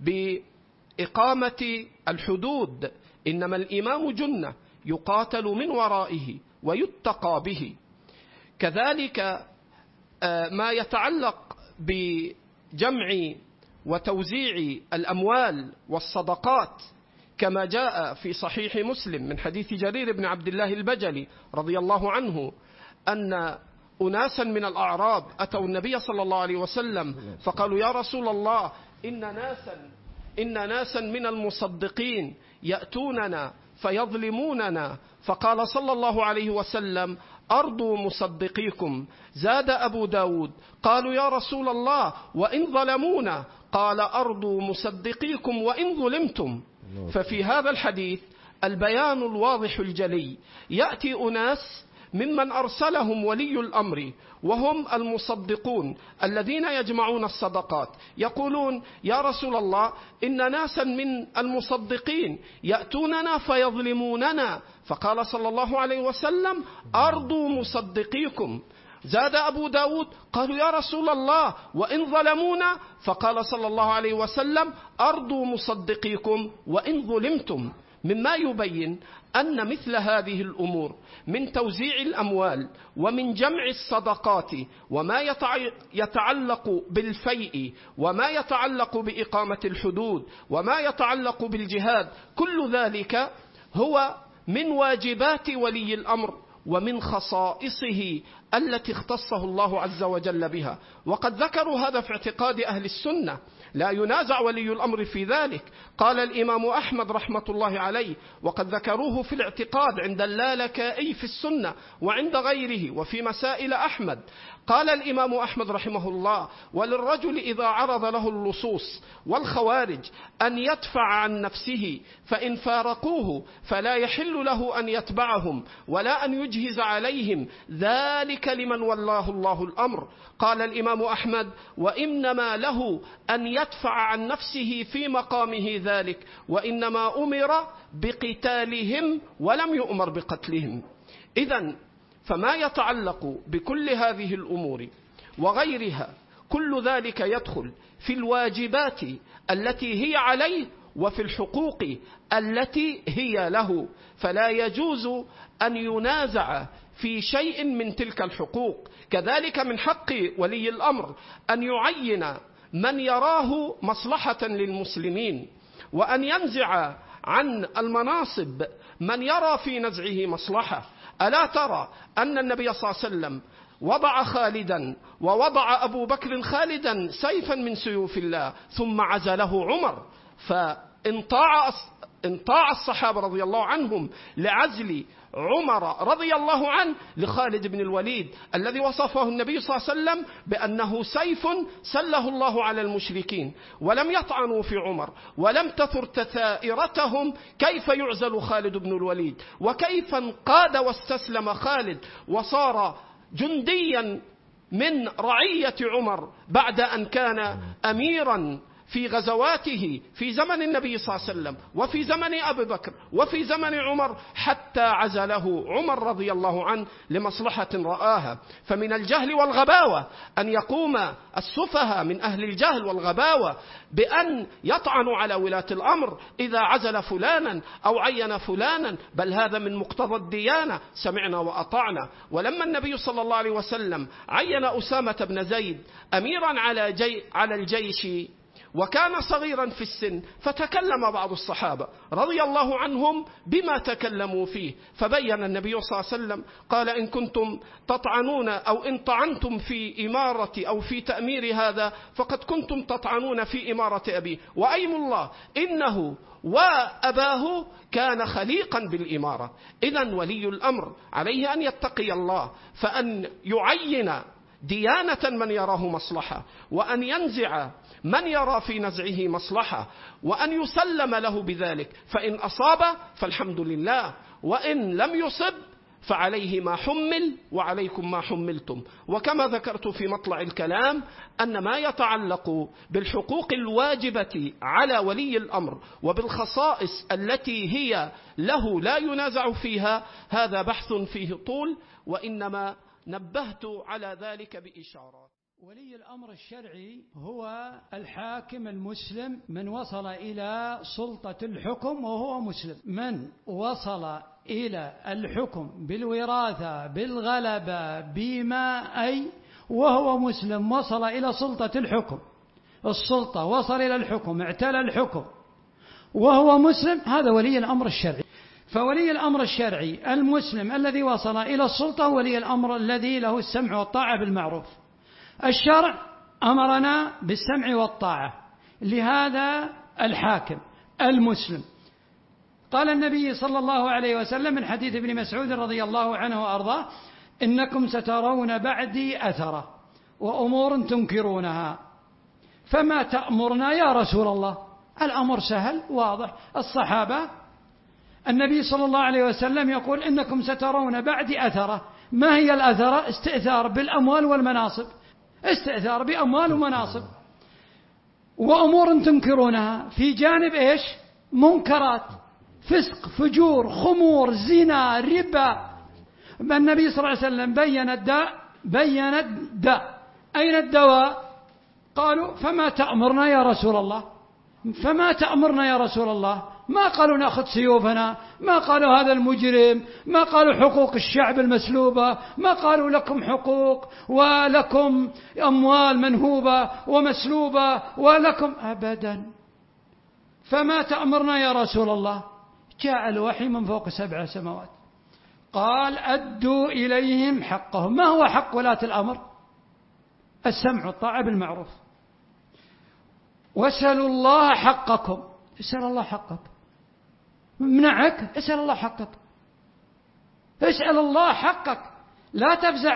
[SPEAKER 4] بإقامة الحدود، إنما الإمام جنة يقاتل من ورائه ويتقى به. كذلك ما يتعلق بجمع وتوزيع الأموال والصدقات، كما جاء في صحيح مسلم من حديث جرير بن عبد الله البجلي رضي الله عنه أن أناسا من الأعراب أتوا النبي صلى الله عليه وسلم فقالوا: يا رسول الله، إن ناسا من المصدقين يأتوننا فيظلموننا. فقال صلى الله عليه وسلم: أرضوا مصدقيكم. زاد أبو داود: قالوا: يا رسول الله، وإن ظلمونا؟ قال: أرضوا مصدقيكم وإن ظلمتم. ففي هذا الحديث البيان الواضح الجلي. يأتي أناس ممن أرسلهم ولي الأمر وهم المصدقون الذين يجمعون الصدقات، يقولون: يا رسول الله، إن ناسا من المصدقين يأتوننا فيظلموننا. فقال صلى الله عليه وسلم: أرضوا مصدقيكم. زاد أبو داود قالوا يا رسول الله وإن ظلمونا، فقال صلى الله عليه وسلم أرضوا مصدقيكم وإن ظلمتم، مما يبين أن مثل هذه الأمور من توزيع الأموال ومن جمع الصدقات وما يتعلق بالفيء وما يتعلق بإقامة الحدود وما يتعلق بالجهاد، كل ذلك هو من واجبات ولي الأمر ومن خصائصه التي اختصه الله عز وجل بها. وقد ذكروا هذا في اعتقاد أهل السنة، لا ينازع ولي الأمر في ذلك. قال الإمام أحمد رحمة الله عليه، وقد ذكروه في الاعتقاد عند اللالكائي في السنة وعند غيره وفي مسائل أحمد. قال الإمام أحمد رحمه الله: وللرجل إذا عرض له اللصوص والخوارج أن يدفع عن نفسه، فإن فارقوه فلا يحل له أن يتبعهم ولا أن يجهز عليهم، ذلك لمن والله الله الأمر. قال الإمام أحمد: وإنما له أن يدفع عن نفسه في مقامه ذلك، وإنما أمر بقتالهم ولم يؤمر بقتلهم. إذن فما يتعلق بكل هذه الأمور وغيرها كل ذلك يدخل في الواجبات التي هي عليه وفي الحقوق التي هي له، فلا يجوز أن ينازع في شيء من تلك الحقوق. كذلك من حق ولي الأمر أن يعين من يراه مصلحة للمسلمين، وأن ينزع عن المناصب من يرى في نزعه مصلحة. ألا ترى أن النبي صلى الله عليه وسلم وضع خالدا ووضع أبو بكر خالدا سيفا من سيوف الله، ثم عزله عمر، فإن طاع الصحابة رضي الله عنهم لعزل عمر رضي الله عنه لخالد بن الوليد الذي وصفه النبي صلى الله عليه وسلم بأنه سيف سله الله على المشركين، ولم يطعنوا في عمر ولم تثر تثائرتهم كيف يعزل خالد بن الوليد، وكيف انقاد واستسلم خالد وصار جنديا من رعية عمر بعد أن كان أميرا في غزواته في زمن النبي صلى الله عليه وسلم وفي زمن أبي بكر وفي زمن عمر، حتى عزله عمر رضي الله عنه لمصلحة رآها. فمن الجهل والغباوة أن يقوم السفهاء من أهل الجهل والغباوة بأن يطعنوا على ولاة الأمر إذا عزل فلانا أو عين فلانا، بل هذا من مقتضى الديانة، سمعنا وأطعنا. ولما النبي صلى الله عليه وسلم عين أسامة بن زيد أميرا على الجيش وكان صغيرا في السن، فتكلم بعض الصحابة رضي الله عنهم بما تكلموا فيه، فبين النبي صلى الله عليه وسلم قال: إن كنتم تطعنون أو إن طعنتم في إمارة أو في تأمير هذا فقد كنتم تطعنون في إمارة أبيه، وأيم الله إنه وأباه كان خليقا بالإمارة. إذن ولي الأمر عليه أن يتقي الله، فأن يعين ديانة من يراه مصلحة، وأن ينزع من يرى في نزعه مصلحة، وأن يسلم له بذلك، فإن أصاب فالحمد لله، وإن لم يصب فعليه ما حمل وعليكم ما حملتم. وكما ذكرت في مطلع الكلام أن ما يتعلق بالحقوق الواجبة على ولي الأمر وبالخصائص التي هي له لا ينازع فيها، هذا بحث فيه طول، وإنما نبهت على ذلك بإشارات.
[SPEAKER 5] ولي الأمر الشرعي هو الحاكم المسلم من وصل إلى سلطة الحكم وهو مسلم، من وصل إلى الحكم بالوراثة بالغلبة بما أي وهو مسلم، وصل إلى سلطة الحكم، السلطة وصل إلى الحكم، اعتلى الحكم وهو مسلم، هذا ولي الأمر الشرعي. فولي الأمر الشرعي المسلم الذي وصل إلى السلطة ولي الأمر الذي له السمع والطاعة بالمعروف. الشرع أمرنا بالسمع والطاعة لهذا الحاكم المسلم. قال النبي صلى الله عليه وسلم من حديث ابن مسعود رضي الله عنه وأرضاه: إنكم سترون بعدي أثرة وأمور تنكرونها، فما تأمرنا يا رسول الله؟ الأمر سهل واضح. الصحابة النبي صلى الله عليه وسلم يقول: إنكم سترون بعدي أثرة. ما هي الأثرة؟ استئثار بالأموال والمناصب، استئثار بأموال ومناصب، وأمور تنكرونها في جانب إيش؟ منكرات، فسق، فجور، خمور، زنا، ربا. النبي صلى الله عليه وسلم بين الداء بين الداء. أين الدواء؟ قالوا فما تأمرنا يا رسول الله؟ فما تأمرنا يا رسول الله؟ ما قالوا نأخذ سيوفنا، ما قالوا هذا المجرم، ما قالوا حقوق الشعب المسلوبة، ما قالوا لكم حقوق ولكم أموال منهوبة ومسلوبة ولكم أبدا. فما تأمرنا يا رسول الله؟ جاء الوحي من فوق 7 سماوات قال أدوا إليهم حقهم. ما هو حق ولاة الأمر؟ السمع والطاعة بالمعروف. واسألوا الله حقكم. اسأل الله حقك. منعك؟ اسأل الله حقك. اسأل الله حقك. لا تفزع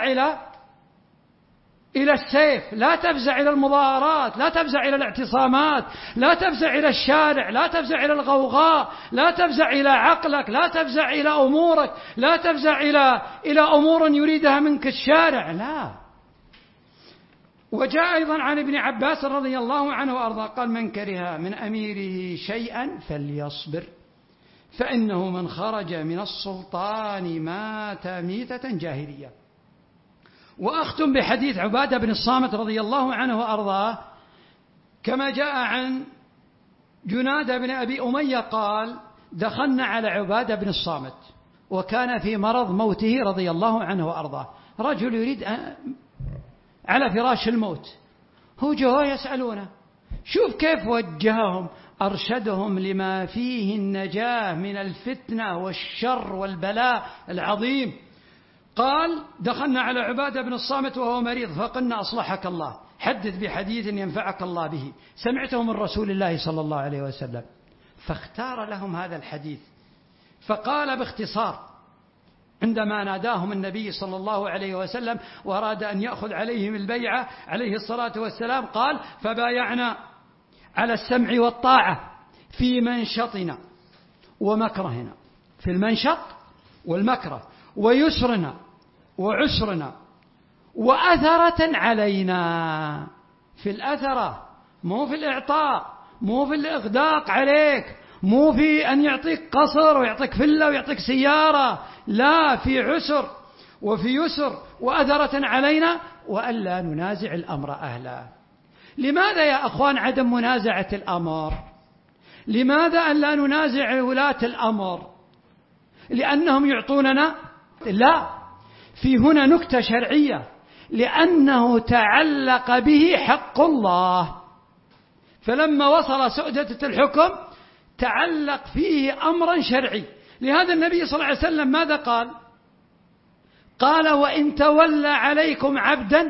[SPEAKER 5] إلى السيف، لا تفزع إلى المظاهرات، لا تفزع إلى الاعتصامات، لا تفزع إلى الشارع، لا تفزع إلى الغوغاء، لا تفزع إلى عقلك، لا تفزع إلى أمورك، لا تفزع إلى أمور يريدها منك الشارع، لا. وجاء أيضا عن ابن عباس رضي الله عنه وأرضاه قال من كره من أميره شيئا فليصبر فإنه من خرج من السلطان مات ميتة جاهلية. وأختم بحديث عبادة بن الصامت رضي الله عنه وأرضاه كما جاء عن جنادة بن أبي أمية قال دخلنا على عبادة بن الصامت وكان في مرض موته رضي الله عنه وأرضاه. رجل يريد على فراش الموت، هو جاء يسألونه، شوف كيف وجههم، أرشدهم لما فيه النجاة من الفتنة والشر والبلاء العظيم. قال دخلنا على عبادة بن الصامت وهو مريض فقلنا أصلحك الله، حدث بحديث ينفعك الله به سمعته من رسول الله صلى الله عليه وسلم. فاختار لهم هذا الحديث فقال باختصار عندما ناداهم النبي صلى الله عليه وسلم وأراد أن يأخذ عليهم البيعة عليه الصلاة والسلام قال فبايعنا على السمع والطاعة في منشطنا ومكرهنا، في المنشط والمكره، ويسرنا وعسرنا، وأثرة علينا، في الأثرة مو في الإعطاء، مو في الإغداق عليك، مو في أن يعطيك قصر ويعطيك فلة ويعطيك سيارة، لا، في عسر وفي يسر وأثرة علينا، وألا ننازع الأمر أهله. لماذا يا أخوان عدم منازعة الأمر؟ لماذا أن لا ننازع ولاة الأمر؟ لأنهم يعطوننا؟ لا، في هنا نكتة شرعية، لأنه تعلق به حق الله، فلما وصل سؤدة الحكم تعلق فيه أمرا شرعي. لهذا النبي صلى الله عليه وسلم ماذا قال؟ قال وإن تولى عليكم عبدا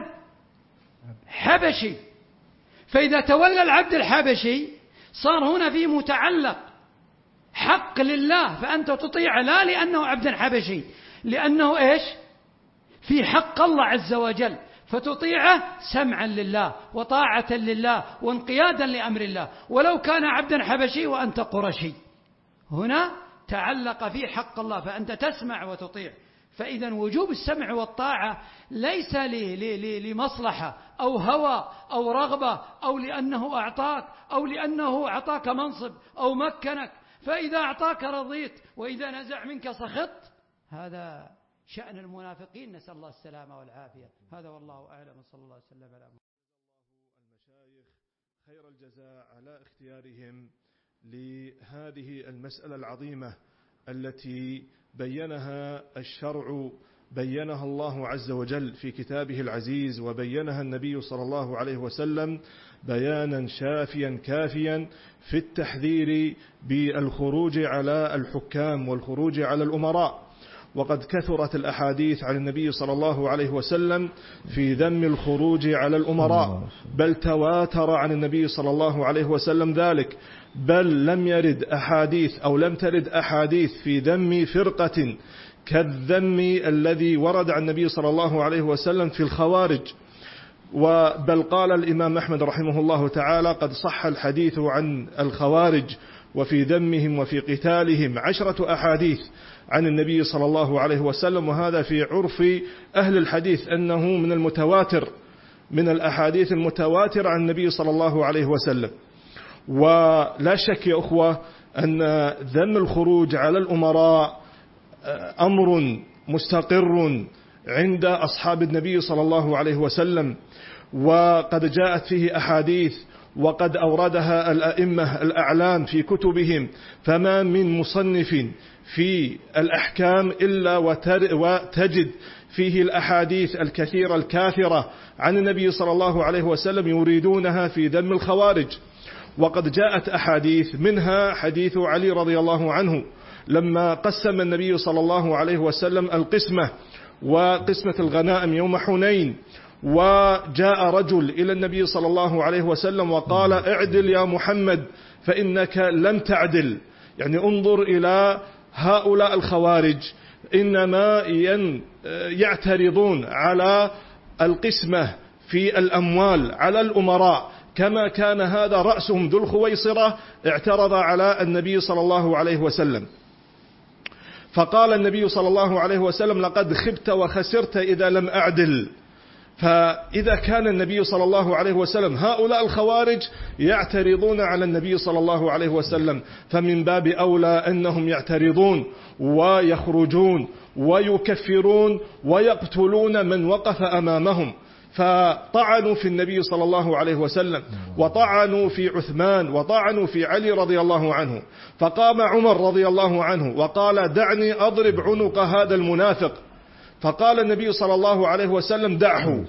[SPEAKER 5] حبشي، فإذا تولى العبد الحبشي صار هنا في متعلق حق لله، فأنت تطيع لا لأنه عبد حبشي، لأنه إيش؟ في حق الله عز وجل، فتطيعه سمعا لله وطاعة لله وانقيادا لأمر الله، ولو كان عبدا حبشي وأنت قرشي، هنا تعلق في حق الله فأنت تسمع وتطيع. فإذا وجوب السمع والطاعة ليس لمصلحة أو هوى أو رغبة أو لأنه أعطاك أو لأنه أعطاك منصب أو مكنك، فإذا أعطاك رضيت وإذا نزع منك سخط. هذا شأن المنافقين، نسأل الله السلامة والعافية. هذا والله أعلم، صلى الله عليه وسلم على
[SPEAKER 6] المشايخ خير الجزاء على اختيارهم لهذه المسألة العظيمة التي بينها الشرع، بينها الله عز وجل في كتابه العزيز، وبينها النبي صلى الله عليه وسلم بيانا شافيا كافيا في التحذير بالخروج على الحكام والخروج على الأمراء. وقد كثرت الأحاديث عن النبي صلى الله عليه وسلم في ذم الخروج على الأمراء، بل تواتر عن النبي صلى الله عليه وسلم ذلك، بل لم يرد أحاديث أو لم ترد أحاديث في ذم فرقة كالذم الذي ورد عن النبي صلى الله عليه وسلم في الخوارج. بل قال الإمام أحمد رحمه الله تعالى قد صح الحديث عن الخوارج وفي ذمهم وفي قتالهم 10 أحاديث عن النبي صلى الله عليه وسلم، وهذا في عرف أهل الحديث أنه من المتواتر، من الأحاديث المتواتر عن النبي صلى الله عليه وسلم. ولا شك يا أخوة أن ذم الخروج على الأمراء أمر مستقر عند أصحاب النبي صلى الله عليه وسلم، وقد جاءت فيه أحاديث وقد أوردها الأئمة الأعلام في كتبهم، فما من مصنف في الأحكام إلا وتجد فيه الأحاديث الكثيرة الكاثرة عن النبي صلى الله عليه وسلم يريدونها في ذم الخوارج. وقد جاءت أحاديث منها حديث علي رضي الله عنه لما قسم النبي صلى الله عليه وسلم القسمة وقسمة الغنائم يوم حنين، وجاء رجل إلى النبي صلى الله عليه وسلم وقال: اعدل يا محمد فإنك لم تعدل. يعني انظر إلى هؤلاء الخوارج، إنما يعترضون على القسمة في الأموال على الأمراء، كما كان هذا رأسهم ذو الخويصرة اعترض على النبي صلى الله عليه وسلم، فقال النبي صلى الله عليه وسلم: لقد خبت وخسرت إذا لم أعدل. فإذا كان النبي صلى الله عليه وسلم هؤلاء الخوارج يعترضون على النبي صلى الله عليه وسلم، فمن باب أولى أنهم يعترضون ويخرجون ويكفرون ويقتلون من وقف أمامهم. فطعنوا في النبي صلى الله عليه وسلم، وطعنوا في عثمان، وطعنوا في علي رضي الله عنه. فقام عمر رضي الله عنه وقال: دعني أضرب عنق هذا المنافق. فقال النبي صلى الله عليه وسلم: دعه.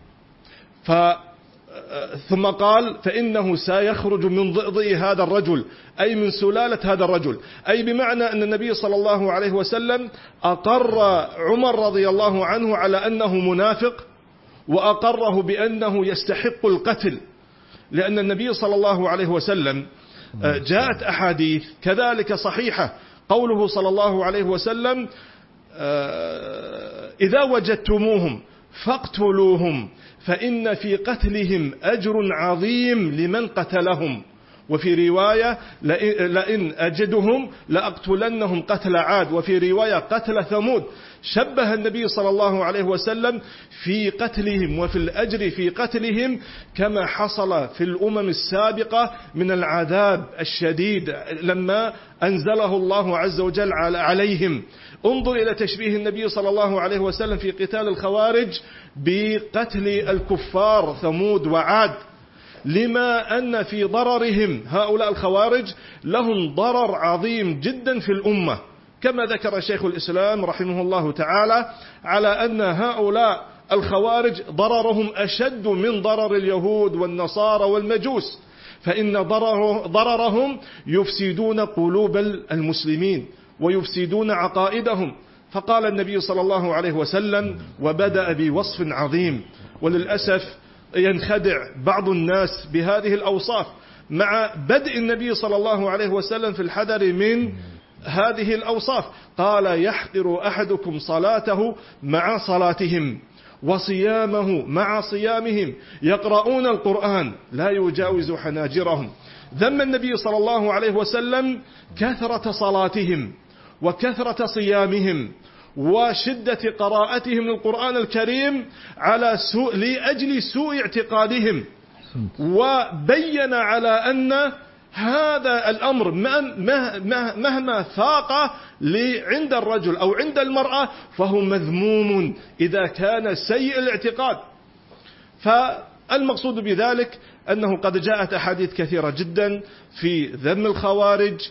[SPEAKER 6] ثم قال: فإنه سيخرج من ضئضئ هذا الرجل، أي من سلالة هذا الرجل، أي بمعنى أن النبي صلى الله عليه وسلم أقر عمر رضي الله عنه على أنه منافق، وأقره بأنه يستحق القتل، لأن النبي صلى الله عليه وسلم جاءت أحاديث كذلك صحيحة، قوله صلى الله عليه وسلم: إذا وجدتموهم فاقتلوهم فإن في قتلهم أجر عظيم لمن قتلهم. وفي رواية: لئن أجدهم لأقتلنهم قتل عاد. وفي رواية: قتل ثمود. شبه النبي صلى الله عليه وسلم في قتلهم وفي الأجر في قتلهم كما حصل في الأمم السابقة من العذاب الشديد لما أنزله الله عز وجل عليهم. انظر إلى تشبيه النبي صلى الله عليه وسلم في قتال الخوارج بقتل الكفار ثمود وعاد، لما أن في ضررهم هؤلاء الخوارج لهم ضرر عظيم جدا في الأمة، كما ذكر شيخ الإسلام رحمه الله تعالى على أن هؤلاء الخوارج ضررهم أشد من ضرر اليهود والنصارى والمجوس، فإن ضررهم يفسدون قلوب المسلمين ويفسدون عقائدهم. فقال النبي صلى الله عليه وسلم، وبدأ بوصف عظيم، وللأسف ينخدع بعض الناس بهذه الأوصاف مع بدء النبي صلى الله عليه وسلم في الحذر من هذه الأوصاف. قال: يحقر أحدكم صلاته مع صلاتهم وصيامه مع صيامهم، يقرؤون القرآن لا يجاوز حناجرهم. ذم النبي صلى الله عليه وسلم كثرة صلاتهم وكثرة صيامهم وشدة قراءتهم للقرآن الكريم لأجل سوء اعتقادهم، وبين على أن هذا الأمر مهما فاق عند الرجل أو عند المرأة فهو مذموم إذا كان سيء الاعتقاد. فالمقصود بذلك أنه قد جاءت أحاديث كثيرة جدا في ذم الخوارج،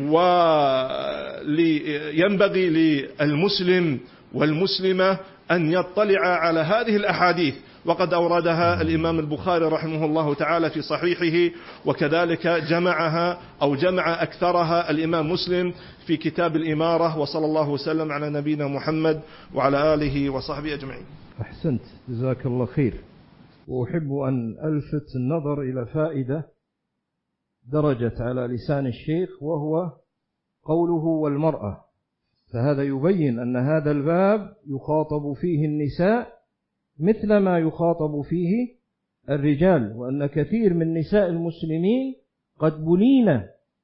[SPEAKER 6] وينبغي للمسلم والمسلمة أن يطلع على هذه الأحاديث، وقد أوردها الإمام البخاري رحمه الله تعالى في صحيحه، وكذلك جمع أكثرها الإمام مسلم في كتاب الإمارة. وصلى الله وسلم على نبينا محمد وعلى آله وصحبه أجمعين.
[SPEAKER 1] أحسنت، جزاك الله خير. وأحب أن ألفت النظر إلى فائدة درجت على لسان الشيخ، وهو قوله والمرأة، فهذا يبين أن هذا الباب يخاطب فيه النساء مثل ما يخاطب فيه الرجال، وأن كثير من نساء المسلمين قد بلين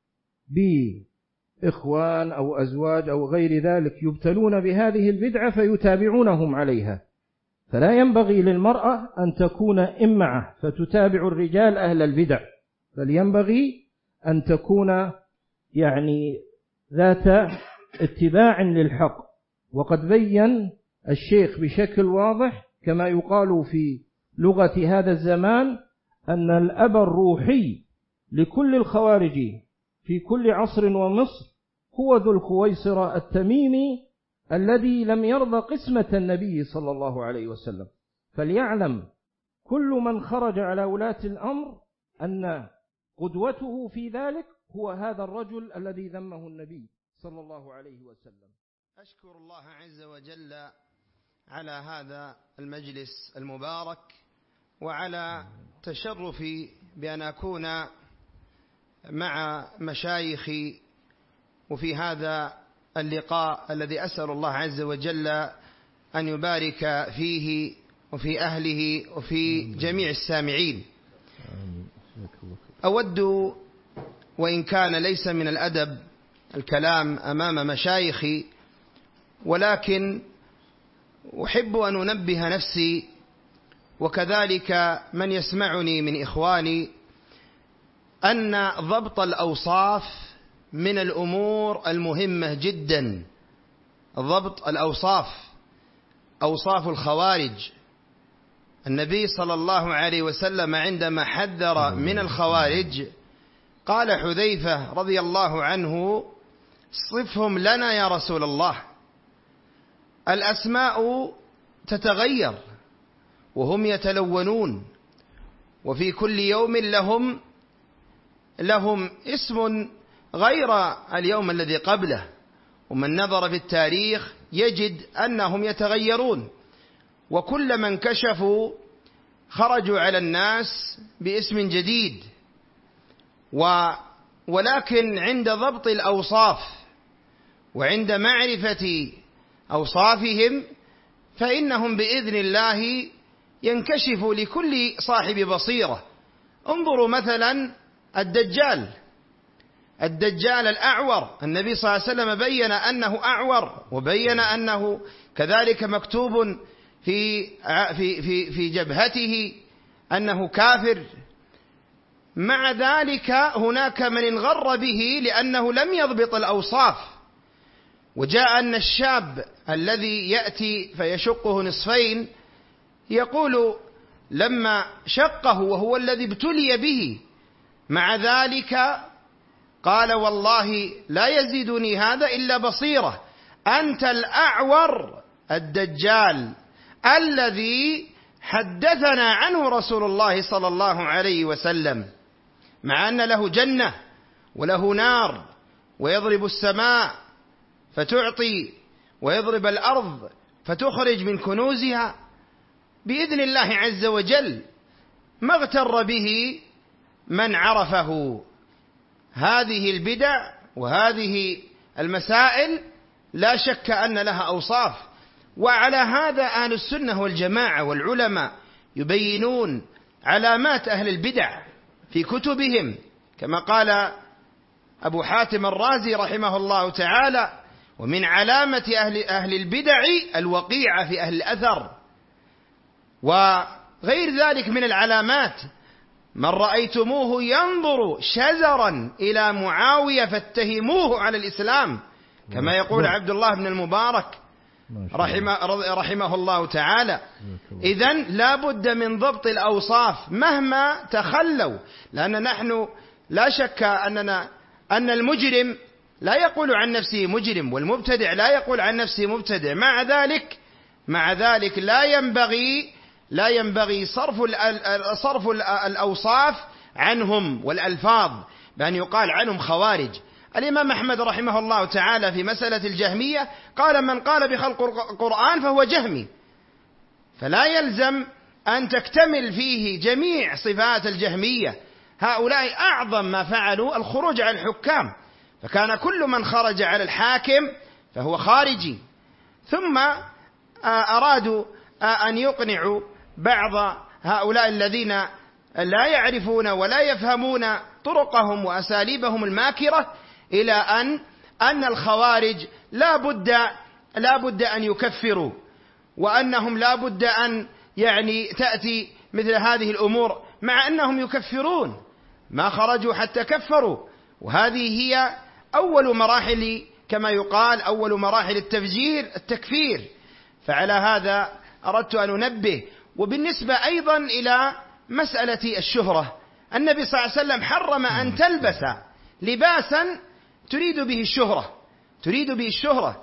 [SPEAKER 1] بإخوان أو أزواج أو غير ذلك يبتلون بهذه البدعة فيتابعونهم عليها. فلا ينبغي للمرأة أن تكون إمعة فتتابع الرجال أهل البدع، بل ينبغي أن تكون ذات اتباع للحق. وقد بين الشيخ بشكل واضح كما يقال في لغة هذا الزمان أن الأب الروحي لكل الخوارج في كل عصر ومصر هو ذو الخويصرة التميمي الذي لم يرضى قسمة النبي صلى الله عليه وسلم. فليعلم كل من خرج على ولاة الأمر أن قدوته في ذلك هو هذا الرجل الذي ذمه النبي صلى الله عليه وسلم.
[SPEAKER 7] أشكر الله عز وجل على هذا المجلس المبارك وعلى تشرفي بأن أكون مع مشايخي وفي هذا اللقاء الذي أسأل الله عز وجل أن يبارك فيه وفي أهله وفي جميع السامعين. أود وإن كان ليس من الأدب الكلام أمام مشايخي، ولكن أحب أن أنبه نفسي وكذلك من يسمعني من إخواني أن ضبط الأوصاف من الأمور المهمة جدا. ضبط الأوصاف، أوصاف الخوارج. النبي صلى الله عليه وسلم عندما حذر من الخوارج قال حذيفة رضي الله عنه: صفهم لنا يا رسول الله. الأسماء تتغير وهم يتلونون، وفي كل يوم لهم اسم غير اليوم الذي قبله، ومن نظر في التاريخ يجد أنهم يتغيرون، وكل من كشفوا خرجوا على الناس باسم جديد. ولكن عند ضبط الأوصاف وعند معرفة أوصافهم فإنهم بإذن الله ينكشف لكل صاحب بصيرة. انظروا مثلا الدجال الأعور، النبي صلى الله عليه وسلم بين أنه أعور، وبين أنه كذلك مكتوب في جبهته أنه كافر. مع ذلك هناك من انغر به لأنه لم يضبط الأوصاف. وجاء أن الشاب الذي يأتي فيشقه نصفين يقول لما شقه وهو الذي ابتلي به، مع ذلك قال: والله لا يزيدني هذا إلا بصيرة، أنت الأعور الدجال الذي حدثنا عنه رسول الله صلى الله عليه وسلم، مع أن له جنة وله نار، ويضرب السماء فتعطي ويضرب الأرض فتخرج من كنوزها بإذن الله عز وجل. ما اغتر به من عرفه. هذه البدع وهذه المسائل لا شك أن لها أوصاف، وعلى هذا أهل السنة والجماعة والعلماء يبينون علامات أهل البدع في كتبهم، كما قال أبو حاتم الرازي رحمه الله تعالى: ومن علامة أهل البدع الوقيعة في أهل الأثر. وغير ذلك من العلامات: من رأيتموه ينظر شزرا إلى معاوية فاتهموه على الإسلام، كما يقول عبد الله بن المبارك رحمه الله تعالى. إذن لا بد من ضبط الأوصاف مهما تخلوا، لأن نحن لا شك أن المجرم لا يقول عن نفسه مجرم، والمبتدع لا يقول عن نفسه مبتدع. مع ذلك لا ينبغي صرف الأوصاف عنهم والألفاظ بأن يقال عنهم خوارج. الإمام أحمد رحمه الله تعالى في مسألة الجهمية قال: من قال بخلق القرآن فهو جهمي. فلا يلزم أن تكتمل فيه جميع صفات الجهمية. هؤلاء أعظم ما فعلوا الخروج على الحكام، فكان كل من خرج على الحاكم فهو خارجي. ثم أرادوا أن يقنعوا بعض هؤلاء الذين لا يعرفون ولا يفهمون طرقهم وأساليبهم الماكرة إلى أن الخوارج لا بد أن يكفروا، وأنهم لا بد أن تأتي مثل هذه الأمور، مع أنهم يكفرون، ما خرجوا حتى كفروا. وهذه هي أول مراحل، كما يقال، أول مراحل التفجير التكفير. فعلى هذا أردت أن أنبه. وبالنسبة أيضا إلى مسألة الشهرة، النبي صلى الله عليه وسلم حرم أن تلبس لباسا تريد به الشهرة،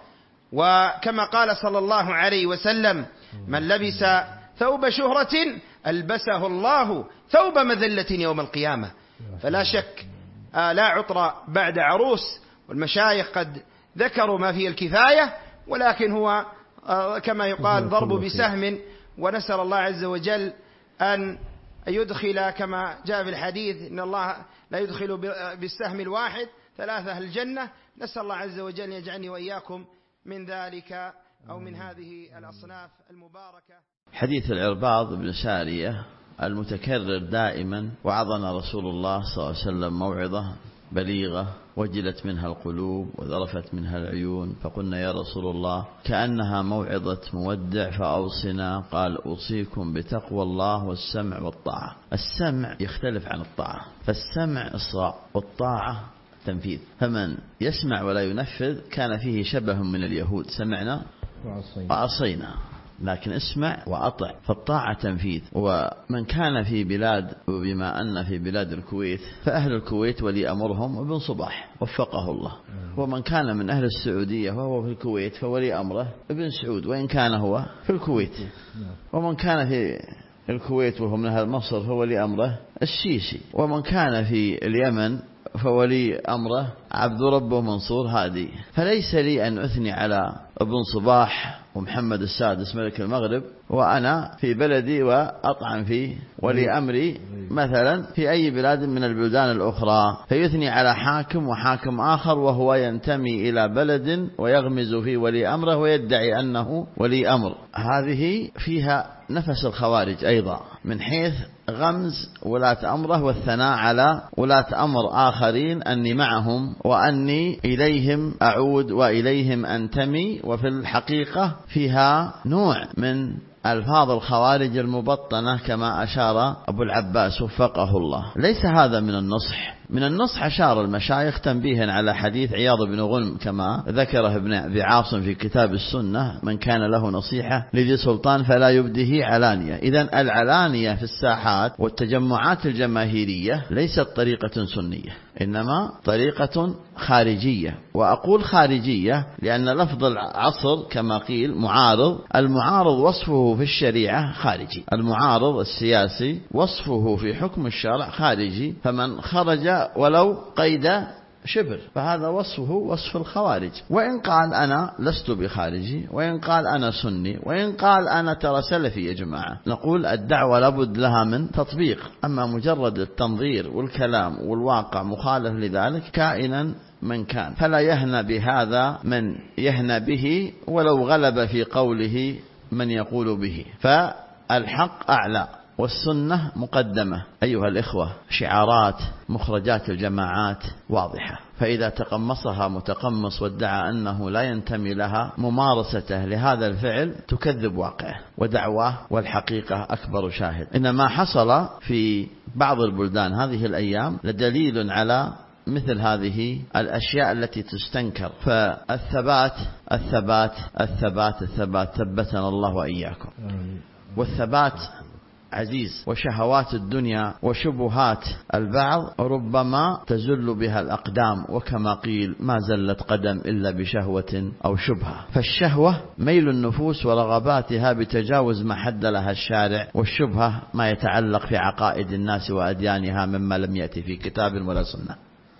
[SPEAKER 7] وكما قال صلى الله عليه وسلم: من لبس ثوب شهرة ألبسه الله ثوب مذلة يوم القيامة. فلا شك لا عطر بعد عروس، والمشايخ قد ذكروا ما فيه الكفاية، ولكن هو كما يقال ضرب بسهم، ونسأل الله عز وجل أن يدخل كما جاء في الحديث: إن الله لا يدخل بالسهم الواحد 3 الجنة. نسأل الله عز وجل أن يجعلني وإياكم من ذلك أو من هذه الأصناف المباركة.
[SPEAKER 8] حديث العرباض بن سارية المتكرر دائما: وعظنا رسول الله صلى الله عليه وسلم موعظة بليغة وجلت منها القلوب وذرفت منها العيون، فقلنا: يا رسول الله كأنها موعظة مودع فأوصنا. قال: أوصيكم بتقوى الله والسمع والطاعة. السمع يختلف عن الطاعة، فالسمع إصغاء والطاعة تنفيذ، فمن يسمع ولا ينفذ كان فيه شبه من اليهود: سمعنا وعصينا، لكن اسمع وأطع، فالطاعة تنفيذ. ومن كان في بلاد، وبما أن في بلاد الكويت، فأهل الكويت ولي أمرهم ابن صباح وفقه الله، ومن كان من أهل السعودية وهو في الكويت فولي أمره ابن سعود وإن كان هو في الكويت، ومن كان في الكويت وهو من أهل مصر فولي أمره السيسي، ومن كان في اليمن فولي أمره عبد ربه منصور هادي. فليس لي أن أثني على ابن صباح ومحمد السادس ملك المغرب وأنا في بلدي وأطعن في ولي أمري مثلا في أي بلاد من البلدان الأخرى، فيثني على حاكم وحاكم آخر وهو ينتمي إلى بلد ويغمز في ولي أمره ويدعي أنه ولي أمر. هذه فيها نفس الخوارج أيضا، من حيث غمز ولاة أمره والثناء على ولاة أمر آخرين أني معهم وأني إليهم أعود وإليهم أنتمي، وفي الحقيقة فيها نوع من ألفاظ الخوارج المبطنة كما أشار أبو العباس وفقه الله. ليس هذا من النصح. من النصح أشار المشايخ تنبيها على حديث عياض بن غنم كما ذكره ابن أبي عاصم في كتاب السنة: من كان له نصيحة لذي سلطان فلا يبديه علانية. إذن العلانية في الساحات والتجمعات الجماهيرية ليست طريقة سنية، إنما طريقة خارجية. وأقول خارجية لأن لفظ العصر كما قيل معارض، المعارض وصفه في الشريعة خارجي، المعارض السياسي وصفه في حكم الشرع خارجي، فمن خرج ولو قيد شبر فهذا وصفه وصف الخوارج. وإن قال أنا لست بخارجي، وإن قال أنا سني، وإن قال أنا ترى سلفي، يا جماعة نقول الدعوة لابد لها من تطبيق. أما مجرد التنظير والكلام والواقع مخالف لذلك كائنا من كان، فلا يهنى بهذا من يهنى به ولو غلب في قوله من يقول به. فالحق أعلى والسنة مقدمة أيها الإخوة. شعارات مخرجات الجماعات واضحة، فإذا تقمصها متقمص وادعى أنه لا ينتمي لها، ممارسته لهذا الفعل تكذب واقعه ودعواه، والحقيقة أكبر شاهد. إنما حصل في بعض البلدان هذه الأيام لدليل على مثل هذه الأشياء التي تستنكر. فالثبات الثبات الثبات الثبات، ثبتنا الله وإياكم. والثبات عزيز، وشهوات الدنيا وشبهات البعض ربما تزل بها الأقدام، وكما قيل ما زلت قدم إلا بشهوة أو شبهة. فالشهوة ميل النفوس ورغباتها بتجاوز ما حد لها الشارع، والشبهة ما يتعلق في عقائد الناس وأديانها مما لم يأتي في كتاب ولا سنة.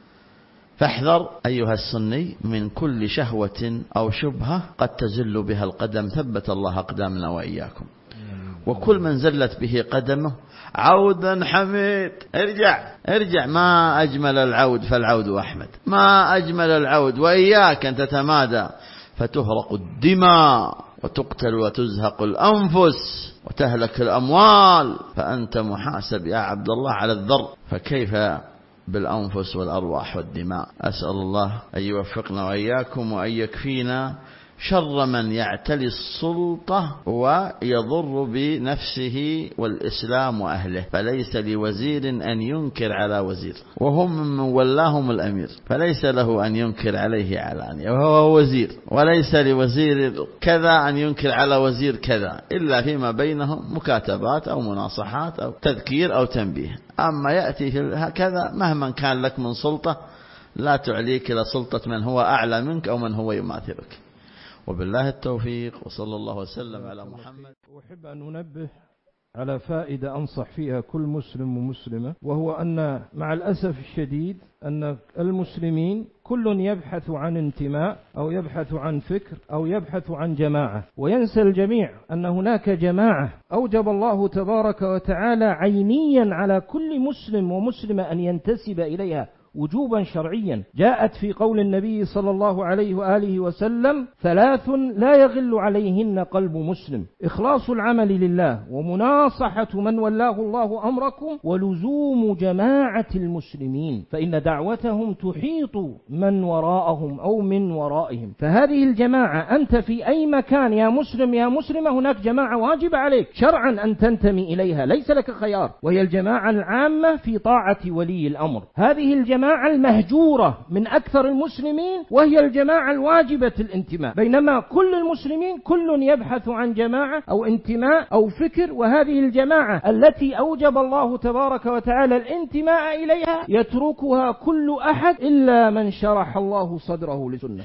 [SPEAKER 8] فاحذر أيها السني من كل شهوة أو شبهة قد تزل بها القدم، ثبت الله أقدامنا وإياكم. وكل من زلت به قدمه عودا حميد، ارجع، ما أجمل العود فالعود أحمد، ما أجمل العود، وإياك أن تتمادى فتهرق الدماء وتقتل وتزهق الأنفس وتهلك الأموال، فأنت محاسب يا عبد الله على الذر، فكيف بالأنفس والأرواح والدماء؟ أسأل الله أن يوفقنا وإياكم وأن يكفينا شر من يعتلي السلطة ويضر بنفسه والإسلام وأهله. فليس لوزير أن ينكر على وزير، وهم من ولاهم الأمير، فليس له أن ينكر عليه علانية وهو وزير، وليس لوزير كذا أن ينكر على وزير كذا، إلا فيما بينهم مكاتبات أو مناصحات أو تذكير أو تنبيه. أما يأتي هكذا مهما كان لك من سلطة لا تعليك إلى سلطة من هو أعلى منك أو من هو يماثلك. وبالله التوفيق، وصلى الله وسلم على محمد.
[SPEAKER 1] أحب أن أنبه على فائدة أنصح فيها كل مسلم ومسلمة، وهو أن مع الأسف الشديد أن المسلمين كل يبحث عن انتماء أو يبحث عن فكر أو يبحث عن جماعة، وينسى الجميع أن هناك جماعة أوجب الله تبارك وتعالى عينيا على كل مسلم ومسلمة أن ينتسب إليها وجوبا شرعيا. جاءت في قول النبي صلى الله عليه وآله وسلم: 3 لا يغل عليهن قلب مسلم: إخلاص العمل لله، ومناصحة من ولاه الله أمركم، ولزوم جماعة المسلمين، فإن دعوتهم تحيط من وراءهم أو من ورائهم. فهذه الجماعة أنت في أي مكان يا مسلم يا مسلمة هناك جماعة واجب عليك شرعا أن تنتمي إليها، ليس لك خيار، وهي الجماعة العامة في طاعة ولي الأمر. هذه الجماعة المهجورة من أكثر المسلمين، وهي الجماعة الواجبة الانتماء، بينما كل المسلمين كل يبحث عن جماعة أو انتماء أو فكر، وهذه الجماعة التي أوجب الله تبارك وتعالى الانتماء إليها يتركها كل أحد إلا من شرح الله صدره لسنة.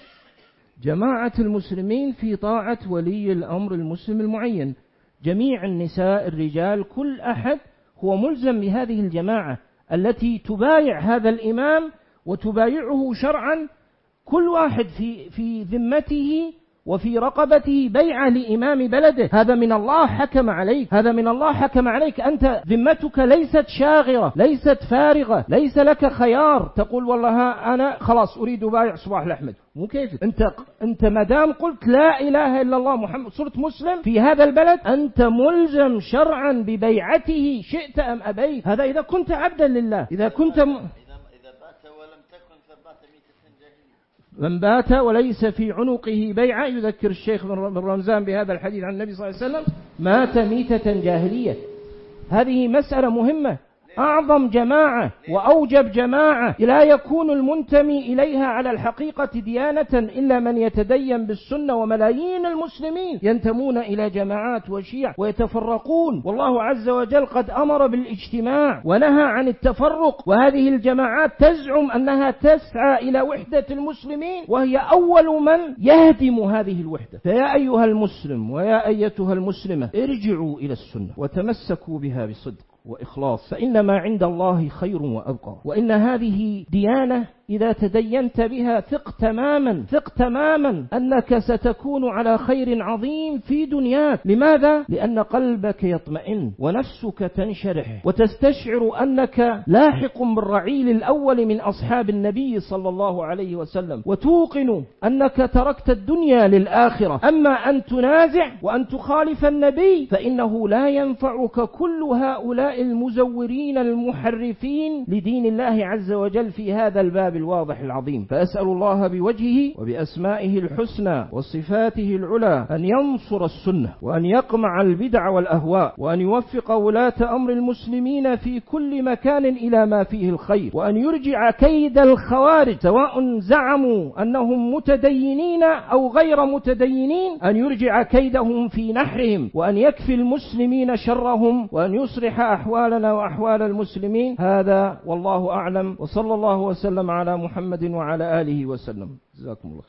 [SPEAKER 1] جماعة المسلمين في طاعة ولي الأمر المسلم المعين، جميع النساء الرجال كل أحد هو ملزم بهذه الجماعة التي تبايع هذا الإمام وتبايعه شرعا، كل واحد في ذمته وفي رقبته بيعة لإمام بلده. هذا من الله حكم عليك، هذا من الله حكم عليك. أنت ذمتك ليست شاغرة، ليست فارغة، ليس لك خيار تقول والله أنا خلاص أريد بايع صباح الأحمد. مو كيف أنت مدام قلت لا إله إلا الله محمد صرت مسلم في هذا البلد، أنت ملزم شرعا ببيعته شئت أم أبيت. هذا إذا كنت عبدا لله. إذا كنت من بات وليس في عنقه بيعة، يذكر الشيخ بن رمزان بهذا الحديث عن النبي صلى الله عليه وسلم: مات ميتة جاهلية. هذه مسألة مهمة. أعظم جماعة وأوجب جماعة لا يكون المنتمي إليها على الحقيقة ديانة إلا من يتدين بالسنة، وملايين المسلمين ينتمون إلى جماعات وشيع ويتفرقون، والله عز وجل قد أمر بالاجتماع ونهى عن التفرق. وهذه الجماعات تزعم أنها تسعى إلى وحدة المسلمين، وهي أول من يهدم هذه الوحدة. فيا أيها المسلم ويا أيتها المسلمة، ارجعوا إلى السنة وتمسكوا بها بصدق وإخلاص، فإن ما عند الله خير وأبقى. وإن هذه ديانة إذا تدينت بها ثق تماما أنك ستكون على خير عظيم في دنياك. لماذا؟ لأن قلبك يطمئن ونفسك تنشرح وتستشعر أنك لاحق بالرعيل الأول من أصحاب النبي صلى الله عليه وسلم، وتوقن أنك تركت الدنيا للآخرة. أما أن تنازع وأن تخالف النبي فإنه لا ينفعك كل هؤلاء المزورين المحرفين لدين الله عز وجل في هذا الباب الواضح العظيم. فأسأل الله بوجهه وبأسمائه الحسنى وصفاته العلى أن ينصر السنة، وأن يقمع البدع والأهواء، وأن يوفق ولاة أمر المسلمين في كل مكان إلى ما فيه الخير، وأن يرجع كيد الخوارج سواء زعموا أنهم متدينين أو غير متدينين، أن يرجع كيدهم في نحرهم، وأن يكفي المسلمين شرهم، وأن يصلح أحوالنا وأحوال المسلمين. هذا والله أعلم، وصلى الله وسلم على محمد وعلى آله وسلم. جزاكم الله.